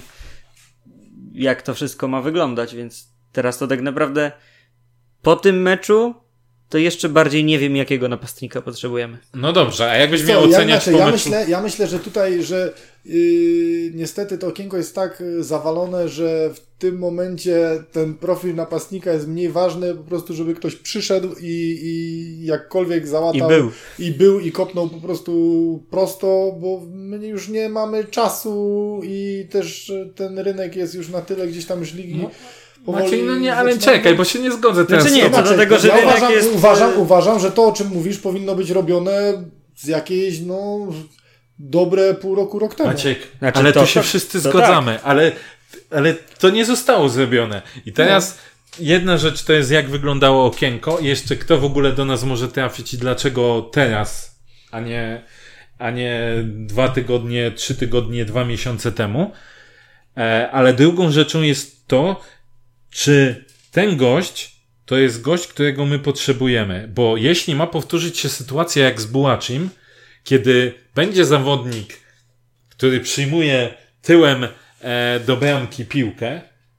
jak to wszystko ma wyglądać, więc teraz to tak naprawdę po tym meczu to jeszcze bardziej nie wiem, jakiego napastnika potrzebujemy. No dobrze, a jakbyś Co, miał ja, oceniać znaczy, po ja, meczu... myślę, ja myślę, że tutaj, że yy, niestety to okienko jest tak yy, zawalone, że w tym momencie ten profil napastnika jest mniej ważny, po prostu żeby ktoś przyszedł i, i jakkolwiek załatał I był. i był i kopnął po prostu prosto, bo my już nie mamy czasu i też ten rynek jest już na tyle gdzieś tam już ligi... No. powoli Maciej, no nie, ale zaczyna- czekaj, bo się nie zgodzę teraz. Znaczy nie, z tobą. to dlatego, że ja rynek uważam, jest- uważam, uważam, że to, o czym mówisz, powinno być robione z jakiejś, no, dobre pół roku, rok temu. Maciek, Znaczy ale to- tu się to- wszyscy to zgadzamy, ale, ale to nie zostało zrobione. I teraz jedna rzecz to jest, jak wyglądało okienko i jeszcze kto w ogóle do nas może trafić i dlaczego teraz, a nie, a nie dwa tygodnie, trzy tygodnie, dwa miesiące temu. E, ale drugą rzeczą jest to, czy ten gość to jest gość, którego my potrzebujemy. Bo jeśli ma powtórzyć się sytuacja jak z Bułacim, kiedy będzie zawodnik, który przyjmuje tyłem e, do bramki piłkę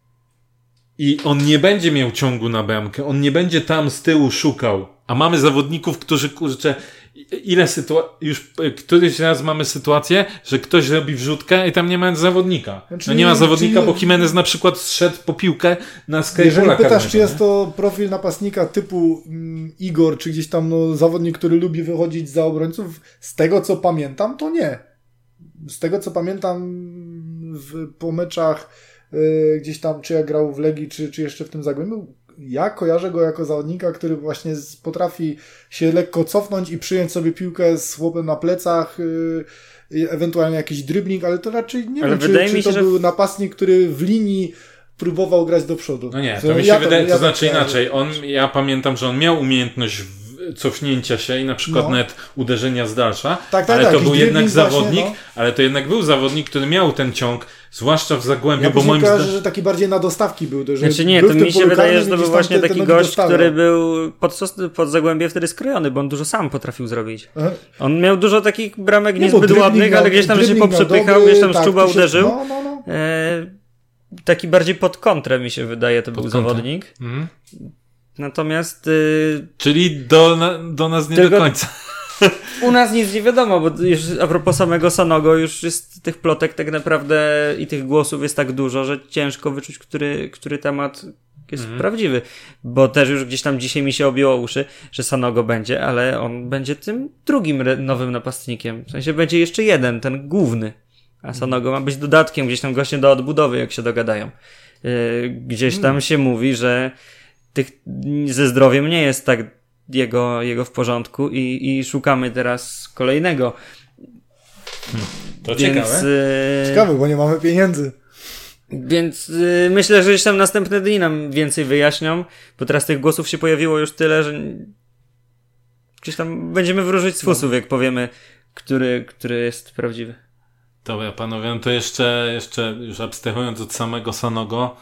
i on nie będzie miał ciągu na bramkę, on nie będzie tam z tyłu szukał, a mamy zawodników, którzy, kurczę, ile sytuacji, już e, któryś raz mamy sytuację, że ktoś robi wrzutkę i tam nie ma zawodnika. Znaczy, No nie ma zawodnika, czyli- bo Jimenez na przykład zszedł po piłkę na skraj Jeżeli pola pytasz, karnego, czy jest nie? to profil napastnika typu mm, Igor, czy gdzieś tam no, zawodnik, który lubi wychodzić za obrońców, z tego co pamiętam, to nie. Z tego co pamiętam w, po meczach y, gdzieś tam, czy jak grał w Legii, czy, czy jeszcze w tym Zagłębiu, ja kojarzę go jako zawodnika, który właśnie z, potrafi się lekko cofnąć i przyjąć sobie piłkę z chłopem na plecach, y, y, ewentualnie jakiś dribbling, ale to raczej nie Ale wiem, czy, wydaje czy mi to się, że- był napastnik, który w linii próbował grać do przodu. No nie, To to mi się ja wydaje, to, ja znaczy tak- inaczej. On, ja pamiętam, że on miał umiejętność w- cofnięcia się i na przykład No. nawet uderzenia z dalsza, tak, ale tak, to jakiś był jednak dribbling właśnie, zawodnik, no. ale to jednak był zawodnik, który miał ten ciąg, zwłaszcza w Zagłębiu, Ja bo później moim kojarzę, zdaniem... że taki bardziej na dostawki był. Że Znaczy nie, był to w tym mi się polu wydaje, karnym że to i był gdzieś tam właśnie te- te taki nogi gość, dostawiał. który był pod, sos- pod Zagłębie wtedy skrojony, bo on dużo sam potrafił zrobić. Aha. On miał dużo takich bramek Nie, bo niezbyt dribbling ładnych, miał- ale gdzieś tam się dribbling miał poprzepychał, dobry, gdzieś tam z tak, czuba to się- uderzył. No, no, no. E, taki bardziej pod kontrę mi się wydaje, to był Pod kontrę. zawodnik. Mhm. Natomiast y, Czyli do, na, do nas nie Tylko- do końca. U nas nic nie wiadomo, bo już a propos samego Sanogo, już jest tych plotek tak naprawdę i tych głosów jest tak dużo, że ciężko wyczuć, który, który temat jest mm. prawdziwy. Bo też już gdzieś tam dzisiaj mi się objęło uszy, że Sanogo będzie, ale on będzie tym drugim re- nowym napastnikiem. W sensie będzie jeszcze jeden, ten główny. A Sanogo ma być dodatkiem, gdzieś tam gościem do odbudowy, jak się dogadają. Yy, gdzieś tam mm. się mówi, że tych, ze zdrowiem nie jest tak jego, jego w porządku i, i szukamy teraz kolejnego. Hmm. To Więc, ciekawe. Yy, ciekawe, bo nie mamy pieniędzy. Więc yy, myślę, że gdzieś tam następne dni nam więcej wyjaśnią, bo teraz tych głosów się pojawiło już tyle, że gdzieś tam będziemy wróżyć z fusów, no. jak powiemy, który, który jest prawdziwy. Dobra, panowie, no to jeszcze, jeszcze już abstrahując od samego Sanogo,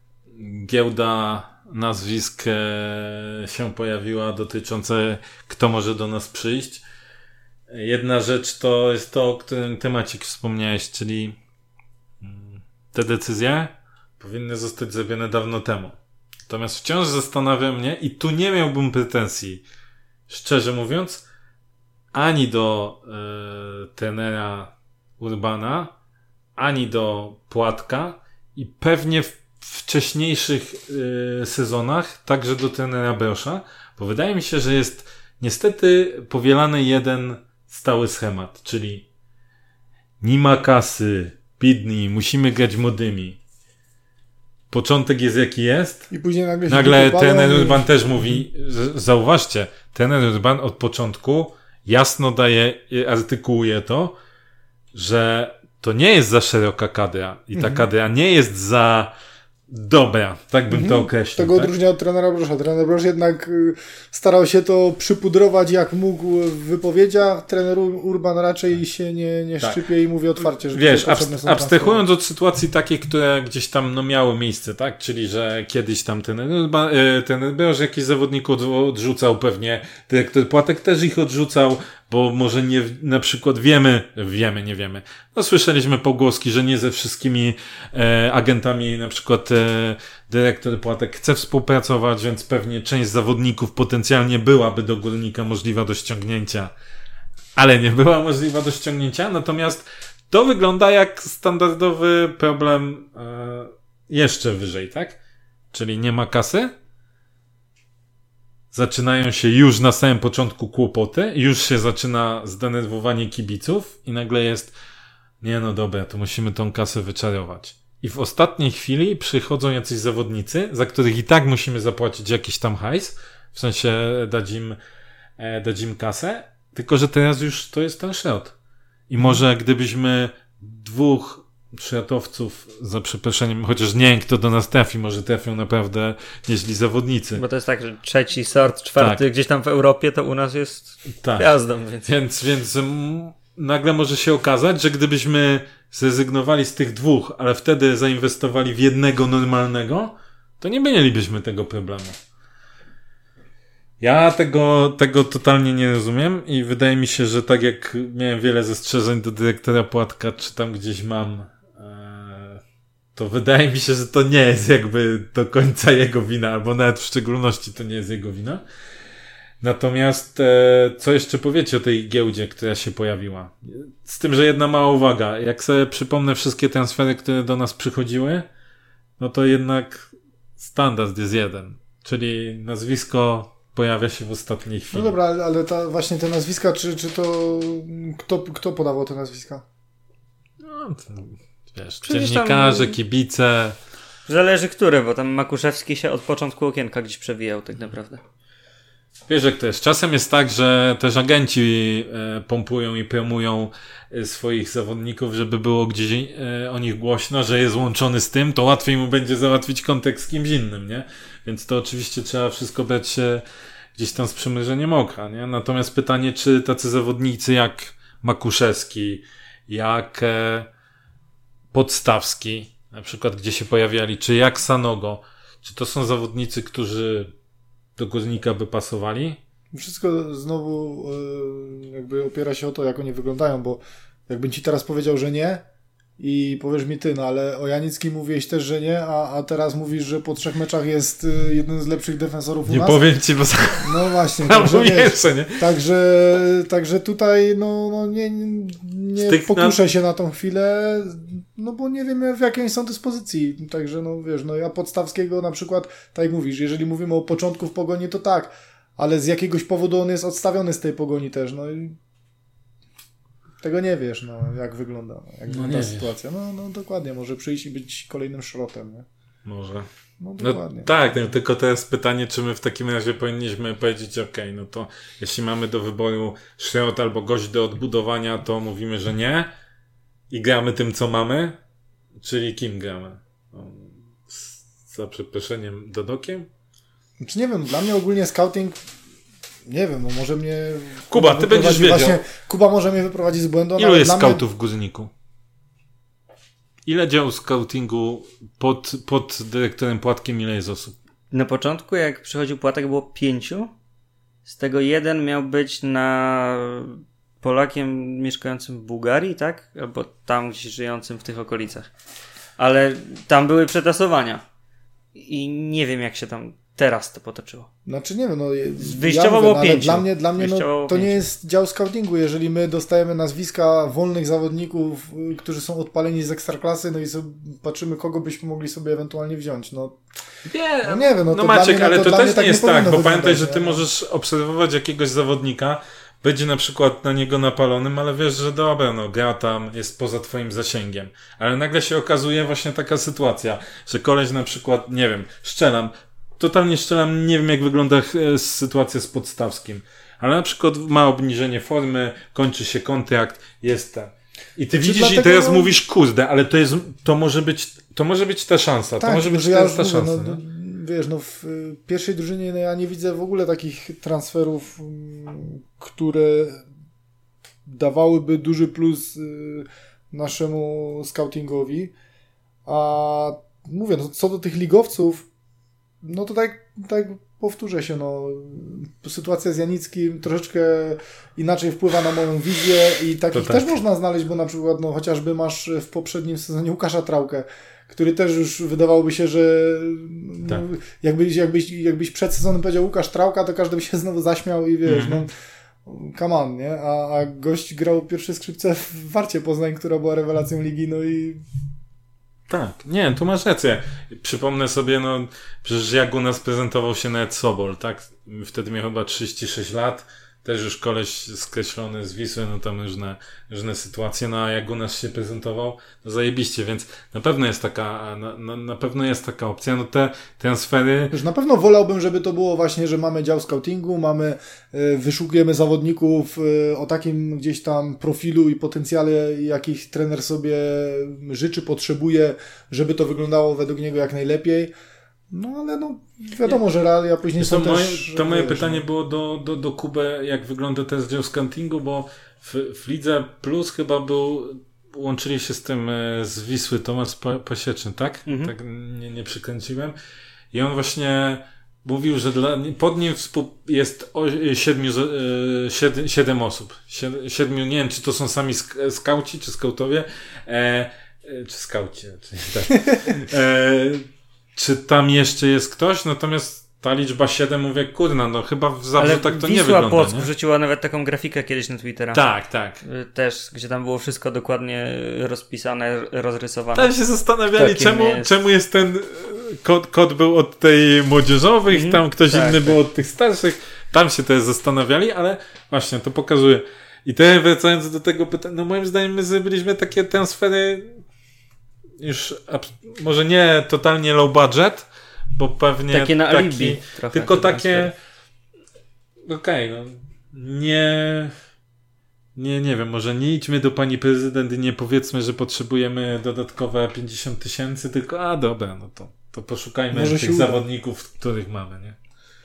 giełda nazwisk e, się pojawiła dotyczące kto może do nas przyjść. Jedna rzecz to jest to, o którym ty, Maciek, wspomniałeś, czyli te decyzje powinny zostać zrobione dawno temu. Natomiast wciąż zastanawia mnie i tu nie miałbym pretensji, szczerze mówiąc, ani do e, trenera Urbana, ani do Płatka i pewnie w wcześniejszych y, sezonach także do trenera Brosza, bo wydaje mi się, że jest niestety powielany jeden stały schemat, czyli nie ma kasy, bidni, musimy grać młodymi. Początek jest jaki jest. I później nagle się Nagle wykopają trener i... Urban też mówi, że, zauważcie, trener Urban od początku jasno daje, artykułuje to, że to nie jest za szeroka kadra i ta mhm. kadra nie jest za dobra, tak bym mhm. to określił. Tego tak? odróżnia od trenera Brosza. Trener Brosz jednak y, starał się to przypudrować jak mógł w wypowiedziach. Trener Urban raczej tak. się nie, nie szczypie tak. i mówi otwarcie, że wiesz, abst- abstrahując od sytuacji takiej, które gdzieś tam no, miały miejsce, tak? Czyli, że kiedyś tam ten, y, ten Brosz jakiś zawodników odrzucał pewnie, dyrektor Płatek też ich odrzucał, bo może nie, na przykład wiemy, wiemy, nie wiemy, no słyszeliśmy pogłoski, że nie ze wszystkimi e, agentami, na przykład e, dyrektor Płatek chce współpracować, więc pewnie część zawodników potencjalnie byłaby do Górnika możliwa do ściągnięcia, ale nie była możliwa do ściągnięcia, natomiast to wygląda jak standardowy problem e, jeszcze wyżej, tak? Czyli nie ma kasy? Zaczynają się już na samym początku kłopoty, już się zaczyna zdenerwowanie kibiców i nagle jest nie no dobra, to musimy tą kasę wyczarować. I w ostatniej chwili przychodzą jacyś zawodnicy, za których i tak musimy zapłacić jakiś tam hajs, w sensie dać im, e, dać im kasę, tylko że teraz już to jest ten szrot. I może gdybyśmy dwóch szratowców, za przeproszeniem, chociaż nie wiem, kto do nas trafi, może trafią naprawdę nieźli zawodnicy. Bo to jest tak, że trzeci sort, czwarty tak. gdzieś tam w Europie, to u nas jest tak. gwiazdą. Więc, więc, więc m, nagle może się okazać, że gdybyśmy zrezygnowali z tych dwóch, ale wtedy zainwestowali w jednego normalnego, to nie mielibyśmy tego problemu. Ja tego, tego totalnie nie rozumiem i wydaje mi się, że tak jak miałem wiele zastrzeżeń do dyrektora Płatka, czy tam gdzieś mam, to wydaje mi się, że to nie jest jakby do końca jego wina, albo nawet w szczególności to nie jest jego wina. Natomiast co jeszcze powiecie o tej giełdzie, która się pojawiła? Z tym, że jedna mała uwaga. Jak sobie przypomnę wszystkie transfery, które do nas przychodziły, no to jednak standard jest jeden. Czyli nazwisko pojawia się w ostatniej chwili. No dobra, ale ta, właśnie te nazwiska, czy, czy to kto, kto podawał te nazwiska? No, to, wiesz, dziennikarze, tam... kibice. Zależy który, bo tam Makuszewski się od początku okienka gdzieś przewijał tak naprawdę. Wiesz jak to jest. Czasem jest tak, że też agenci e, pompują i promują e, swoich zawodników, żeby było gdzieś e, o nich głośno, że jest łączony z tym, to łatwiej mu będzie załatwić kontakt z kimś innym, nie? Więc to oczywiście trzeba wszystko brać e, gdzieś tam z przymrużeniem oka, nie? Natomiast pytanie, czy tacy zawodnicy jak Makuszewski, jak e, Podstawski, na przykład gdzie się pojawiali, czy jak Sanogo, czy to są zawodnicy, którzy do Górnika by pasowali? Wszystko znowu yy, jakby opiera się o to, jak oni wyglądają, bo jakbym ci teraz powiedział, że nie, i powiesz mi ty, no ale o Janickim mówiłeś też, że nie, a, a teraz mówisz, że po trzech meczach jest y, jeden z lepszych defensorów u nie nas. Nie powiem ci, bo... No właśnie, także, wiesz, jeszcze, nie? Także, także tutaj no, no nie, nie tych, pokuszę na... się na tą chwilę, no bo nie wiemy w jakiej są dyspozycji. Także no wiesz, no ja Podstawskiego na przykład, tak jak mówisz, jeżeli mówimy o początku w Pogoni, to tak, ale z jakiegoś powodu on jest odstawiony z tej Pogoni też, no i tego nie wiesz, no, jak wygląda, jak no wygląda nie sytuacja. No, no dokładnie, może przyjść i być kolejnym szrotem, nie? Może. No dokładnie. No, tak, no, tylko to jest pytanie, czy my w takim razie powinniśmy powiedzieć, ok, no to jeśli mamy do wyboru szrot albo gość do odbudowania, to mówimy, że nie i gramy tym, co mamy, czyli kim gramy? No, z, za przeproszeniem Dodokiem? Znaczy nie wiem, dla mnie ogólnie scouting, nie wiem, no może mnie... Kuba, ty będziesz wiedział. Właśnie, Kuba może mnie wyprowadzić z błędu. Ilu jest scoutów mnie... w Górniku? Ile dział scoutingu pod, pod dyrektorem Płatkiem, ile jest osób? Na początku, jak przychodził Płatek, było pięciu. Z tego jeden miał być na Polakiem mieszkającym w Bułgarii, tak? Albo tam gdzieś żyjącym w tych okolicach. Ale tam były przetasowania. I nie wiem, jak się tam teraz to potoczyło. Znaczy nie wiem, no... Wyjściowo ja mówię, było no, pięciu. Dla mnie, dla mnie no, to pięciu. nie jest dział scoutingu. Jeżeli my dostajemy nazwiska wolnych zawodników, którzy są odpaleni z ekstraklasy, no i sobie patrzymy, kogo byśmy mogli sobie ewentualnie wziąć, no... Nie, no nie wiem, no, no to Maciek, mnie, ale no, to, to też nie nie jest tak, bo pamiętaj, wyglądać, że ty nie? możesz obserwować jakiegoś zawodnika, będzie na przykład na niego napalonym, ale wiesz, że dobra, no gra tam, jest poza twoim zasięgiem. Ale nagle się okazuje właśnie taka sytuacja, że koleś na przykład, nie wiem, szczelam, totalnie szczelam, nie wiem jak wygląda e, sytuacja z Podstawskim, ale na przykład ma obniżenie formy, kończy się kontrakt, jest ten. I ty Czy widzisz dlatego... i teraz mówisz, kurde, ale to jest, to może być, to może być ta szansa, tak, to może być ja ta, już ta mówię, szansa. No, nie? wiesz, no w y, pierwszej drużynie no, ja nie widzę w ogóle takich transferów, y, które dawałyby duży plus y, naszemu scoutingowi, a mówię, no, co do tych ligowców, no to tak, tak powtórzę się, no sytuacja z Janickim troszeczkę inaczej wpływa na moją wizję i takich tak. też można znaleźć, bo na przykład no chociażby masz w poprzednim sezonie Łukasza Trałkę, który też już wydawałoby się, że tak. no, jakbyś, jakbyś, jakbyś przed sezonem powiedział Łukasz Trałka, to każdy by się znowu zaśmiał i wiesz, mm-hmm. no come on, nie? A, a gość grał pierwsze skrzypce w Warcie Poznań, która była rewelacją ligi, no i tak, nie, tu masz rację. Przypomnę sobie, no przecież jak u nas prezentował się nawet Sobol, tak? Wtedy miał chyba trzydzieści sześć lat, też już koleś skreślony z Wisły, no tam różne, różne sytuacje, no a jak u nas się prezentował, no zajebiście, więc na pewno jest taka, na, na, na pewno jest taka opcja, no te transfery... Już na pewno wolałbym, żeby to było właśnie, że mamy dział scoutingu, mamy, y, wyszukujemy zawodników y, o takim gdzieś tam profilu i potencjale, jakich trener sobie życzy, potrzebuje, żeby to wyglądało według niego jak najlepiej. No ale no wiadomo, że realia później są to też... Moje, to moje wiesz, pytanie no. było do, do, do Kuby, jak wygląda teraz dział scoutingu, bo w, w Lidze Plus chyba był, łączyli się z tym z Wisły Tomasz Pasieczny, tak? Mhm. Tak nie, nie przykręciłem. I on właśnie mówił, że dla, pod nim współ, jest o, siedmiu, siedem, siedem osób. Siedem, siedmiu, nie wiem, czy to są sami sk- skauci, czy skautowie, e, czy skauci, czy tak. E, czy tam jeszcze jest ktoś? Natomiast ta liczba siedem, mówię, kurna, no chyba w Zabrzu tak to Wisła nie wygląda, Płock nie? wrzuciła nawet taką grafikę kiedyś na Twittera. Tak, tak. Też, gdzie tam było wszystko dokładnie rozpisane, rozrysowane. Tam się zastanawiali, czemu jest. jest. czemu jest ten kod, kod był od tej młodzieżowych, mm, tam ktoś tak, inny tak. był od tych starszych. Tam się też zastanawiali, ale właśnie to pokazuje. I teraz wracając do tego pytania, no moim zdaniem my zrobiliśmy takie transfery już może nie totalnie low budget, bo pewnie takie na taki, alibi trochę, tylko takie okej, okay, no nie nie, nie wiem, może nie idźmy do pani prezydent i nie powiedzmy, że potrzebujemy dodatkowe pięćdziesiąt tysięcy, tylko a dobra, no to, to poszukajmy może tych zawodników, których mamy, nie?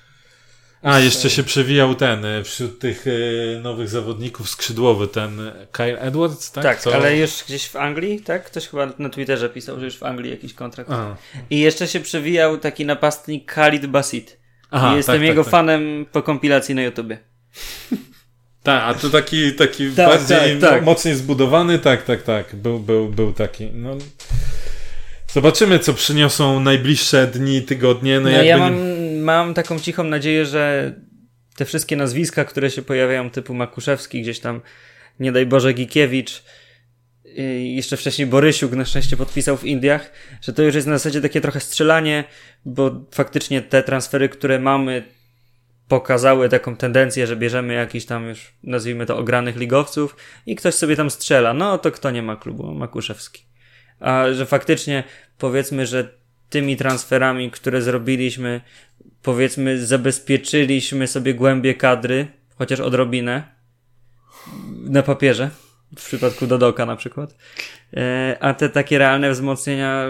A, jeszcze się przewijał ten, wśród tych y, nowych zawodników skrzydłowy, ten Kyle Edwards, tak? Tak, Co? ale już gdzieś w Anglii, tak? Ktoś chyba na Twitterze pisał, że już w Anglii jakiś kontrakt. Aha. I jeszcze się przewijał taki napastnik Khalid Basit. Aha, I jestem tak, jego tak, fanem tak. po kompilacji na YouTubie. Tak, a to taki, taki tak, bardziej tak, tak. mocniej zbudowany, tak, tak, tak, był, był, był taki, no. Zobaczymy, co przyniosą najbliższe dni, tygodnie. No, no jakby... ja mam, mam taką cichą nadzieję, że te wszystkie nazwiska, które się pojawiają, typu Makuszewski, gdzieś tam, nie daj Boże, Gikiewicz, i jeszcze wcześniej Borysiuk na szczęście podpisał w Indiach, że to już jest na zasadzie takie trochę strzelanie, bo faktycznie te transfery, które mamy, pokazały taką tendencję, że bierzemy jakiś tam już, nazwijmy to, ogranych ligowców i ktoś sobie tam strzela. No to kto nie ma klubu? Makuszewski. A że faktycznie powiedzmy, że tymi transferami, które zrobiliśmy, powiedzmy zabezpieczyliśmy sobie głębię kadry, chociaż odrobinę, na papierze, w przypadku Dodoka na przykład, a te takie realne wzmocnienia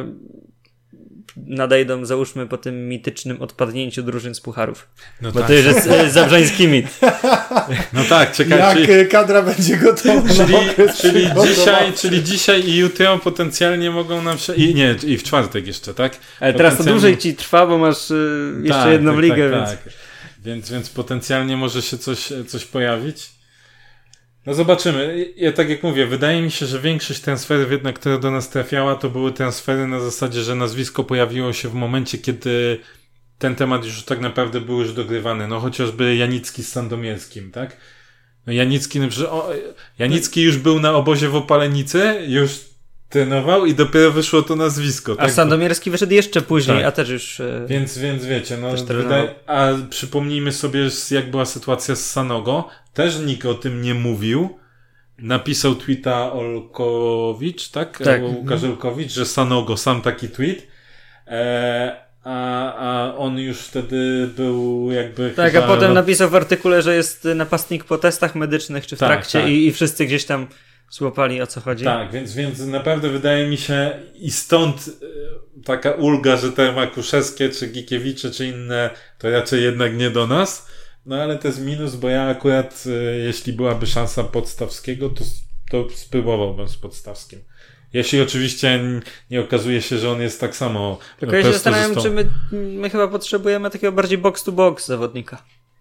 nadejdą, załóżmy, po tym mitycznym odpadnięciu drużyn z pucharów. No bo tak. To już jest e, zabrzański mit. No tak, czekaj. Jak czyli, kadra będzie gotowa. Czyli, czyli, dzisiaj, czyli dzisiaj i jutro potencjalnie mogą nam... I nie, i w czwartek jeszcze, tak? Ale teraz to dłużej ci trwa, bo masz y, jeszcze tak, jedną tak, ligę. Tak, więc... tak. Więc, więc potencjalnie może się coś, coś pojawić. No zobaczymy. Ja tak jak mówię, wydaje mi się, że większość transferów jednak, które do nas trafiała, to były transfery na zasadzie, że nazwisko pojawiło się w momencie, kiedy ten temat już tak naprawdę był już dogrywany. No chociażby Janicki z Sandomierskim, tak? No Janicki, no przecież, o, Janicki już był na obozie w Opalenicy, już trenował i dopiero wyszło to nazwisko. A tak? Sandomierski wyszedł jeszcze później, tak. a też już... E... Więc, więc wiecie, no wydaje, a przypomnijmy sobie, jak była sytuacja z Sanogo. Też nikt o tym nie mówił. Napisał tweeta Olkowicz, tak? tak. Łukasz Olkowicz, że Sanogo, sam taki tweet. E, a, a on już wtedy był jakby... Tak, chyba... a potem napisał w artykule, że jest napastnik po testach medycznych czy w tak, trakcie tak. I, i wszyscy gdzieś tam złapali, o co chodzi. Tak, więc, więc naprawdę wydaje mi się i stąd y, taka ulga, że te Makuszewskie, czy Gikiewicze, czy inne, to raczej jednak nie do nas. No ale to jest minus, bo ja akurat, y, jeśli byłaby szansa Podstawskiego, to, to spróbowałbym z Podstawskim. Jeśli oczywiście nie okazuje się, że on jest tak samo... Tylko ja się zastanawiam, czy my, my chyba potrzebujemy takiego bardziej box to box zawodnika.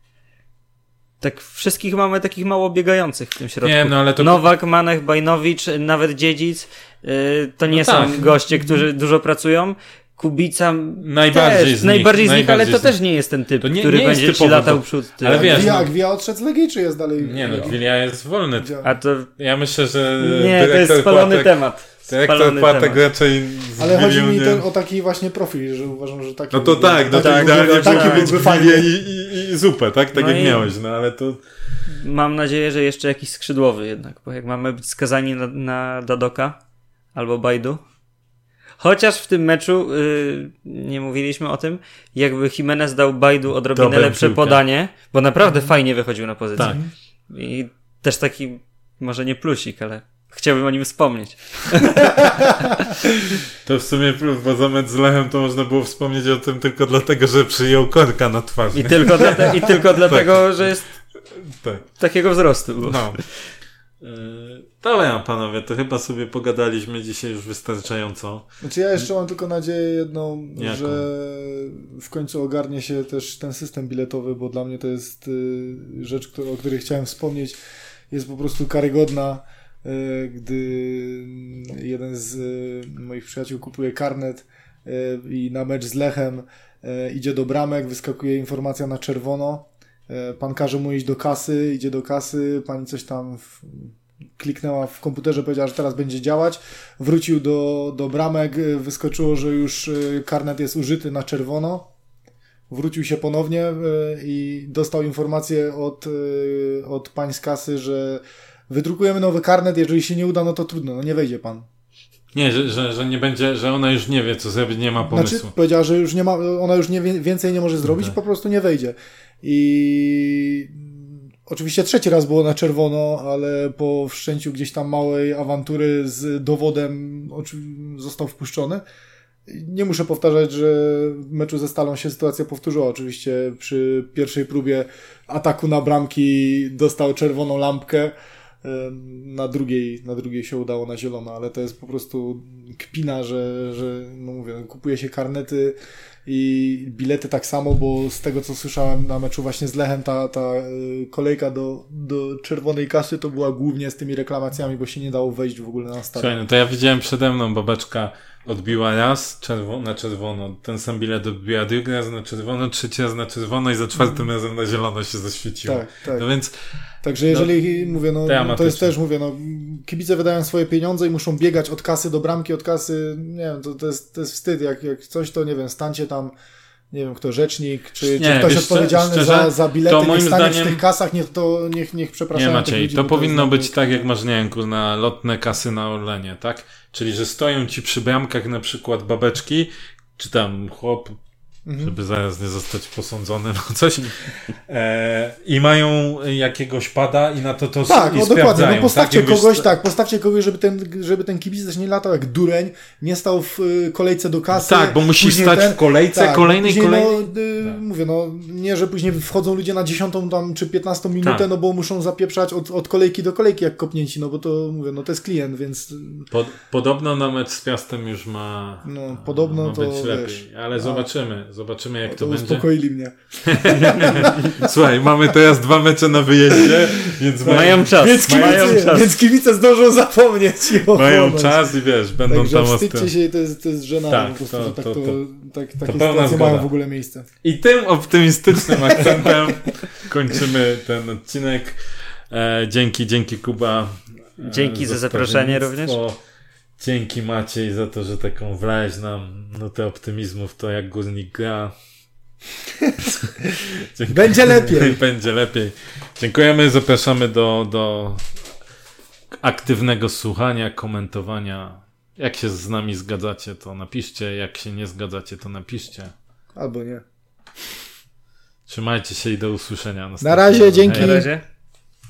Tak wszystkich mamy takich mało biegających w tym środku. Nie, no ale to... Nowak, Manech, Bajnowicz, nawet Dziedzic, yy, to nie no tak. są goście, którzy dużo pracują. Kubica najbardziej też, z nich, najbardziej z nich, ale to z nich. też nie jest ten typ, nie, który nie będzie typowo, ci latał to... przód. Ale wiesz, Gwia, no... Gwia odszedł z Legii, czy jest dalej? Nie no, Gwilia jest wolny. A to... Ja myślę, że... Nie, to jest spalony Płatek, temat. Dyrektor Płatek raczej... Ale chodzi mi nie... ten, o taki właśnie profil, że uważam, że taki... No to byłby, tak, no taki tak, byłby, taki byłby byłby fajny. I, i, i zupę, tak? Tak no jak i... miałeś, no ale to... Mam nadzieję, że jeszcze jakiś skrzydłowy jednak, bo jak mamy być skazani na, na Dadoka albo Bajdu. Chociaż w tym meczu yy, nie mówiliśmy o tym, jakby Jimenez dał Bajdu odrobinę Dobrą lepsze piłkę. podanie, bo naprawdę mm. fajnie wychodził na pozycję. Tak. I też taki, może nie plusik, ale chciałbym o nim wspomnieć. To w sumie plus, bo za mecz z Lechem to można było wspomnieć o tym tylko dlatego, że przyjął korka na twarz. I tylko, dla te, i tylko dlatego, że jest tak. takiego wzrostu. Bo... No. Dobra, panowie, to chyba sobie pogadaliśmy dzisiaj już wystarczająco. Znaczy ja jeszcze mam tylko nadzieję jedną, Jaką? że w końcu ogarnie się też ten system biletowy, bo dla mnie to jest rzecz, o której chciałem wspomnieć, jest po prostu karygodna, gdy jeden z moich przyjaciół kupuje karnet i na mecz z Lechem idzie do bramek, wyskakuje informacja na czerwono, pan każe mu iść do kasy, idzie do kasy, pani coś tam w, kliknęła w komputerze, powiedziała, że teraz będzie działać, wrócił do, do bramek, wyskoczyło, że już karnet jest użyty na czerwono, wrócił się ponownie i dostał informację od, od pań z kasy, że wydrukujemy nowy karnet, jeżeli się nie uda, no to trudno, no nie wejdzie pan. Nie, że, że, że nie będzie, że ona już nie wie, co zrobić, nie ma pomysłu. Znaczy, powiedziała, że już nie ma, ona już nie, więcej nie może zrobić, okay. Po prostu nie wejdzie. I oczywiście trzeci raz było na czerwono, ale po wszczęciu gdzieś tam małej awantury z dowodem został wpuszczony. Nie muszę powtarzać, że w meczu ze Stalą się sytuacja powtórzyła. Oczywiście przy pierwszej próbie ataku na bramki dostał czerwoną lampkę. Na drugiej, na drugiej się udało na zielono, ale to jest po prostu kpina, że, że no mówię, kupuje się karnety i bilety tak samo, bo z tego co słyszałem na meczu właśnie z Lechem, ta, ta kolejka do, do czerwonej kasy to była głównie z tymi reklamacjami, bo się nie dało wejść w ogóle na stadion. Słuchaj, no to ja widziałem przede mną, babeczka odbiła raz czerwo- na czerwono, ten sam bilet odbiła drugi raz na czerwono, trzeci raz na czerwono i za czwartym razem na zielono się zaświeciło. Tak, tak. No więc... Także jeżeli, no, mówię, no to jest też, mówię, no kibice wydają swoje pieniądze i muszą biegać od kasy do bramki, od kasy, nie wiem, to, to, jest, to jest wstyd, jak, jak coś to, nie wiem, stańcie tam, nie wiem, kto rzecznik, czy, nie, czy ktoś odpowiedzialny szczerze, za, za bilety, niech stanie zdaniem... w tych kasach, niech to, niech, niech przepraszają. Nie Maciej, ludzi, to to powinno jest, być tak, jak masz, nie wiem, na lotne kasy na Orlenie, tak? Czyli, że stoją ci przy bramkach na przykład babeczki, czy tam chłop, mhm. żeby zaraz nie zostać posądzony, no coś, e, i mają jakiegoś pada i na to to tak, i no dokładnie, no postawcie tak? kogoś, tak, postawcie kogoś, żeby ten, żeby ten kibic też nie latał jak dureń, nie stał w y, kolejce do kasy. Tak, bo musi stać ten, w kolejce, tak, kolejnej, później, kolejnej. No, y, tak. Mówię, no, nie, że później wchodzą ludzie na dziesiątą tam, czy piętnastą minutę, tak. no bo muszą zapieprzać od, od kolejki do kolejki jak kopnięci, no bo to, mówię, no to jest klient, więc... Pod, podobno na mecz z Piastem już ma, no, podobno ma to, być lepiej, wiesz, ale zobaczymy, zobaczymy jak to, to, to będzie. Uspokoili mnie. Słuchaj, mamy teraz dwa mecze na wyjeździe, więc mają, mają czas. Więc kibice, mają czas. Więc kibice zdążą zapomnieć. Mają czas i wiesz, będą Także tam wstydźcie się i to jest, to jest żenada. Tak, po prostu, to, że tak to, to, to, tak, to takie pełna sytuacje zgoda. mają w ogóle miejsce. I tym optymistycznym akcentem kończymy ten odcinek. E, dzięki, dzięki Kuba. E, dzięki za, za zaproszenie również. Dzięki Maciej za to, że taką wlałeś nam nutę optymizmu w to, jak Górnik gra. Będzie lepiej. Będzie lepiej. Dziękujemy, zapraszamy do, do aktywnego słuchania, komentowania. Jak się z nami zgadzacie, to napiszcie. Jak się nie zgadzacie, to napiszcie. Albo nie. Trzymajcie się i do usłyszenia. Na razie, dzięki. Na razie.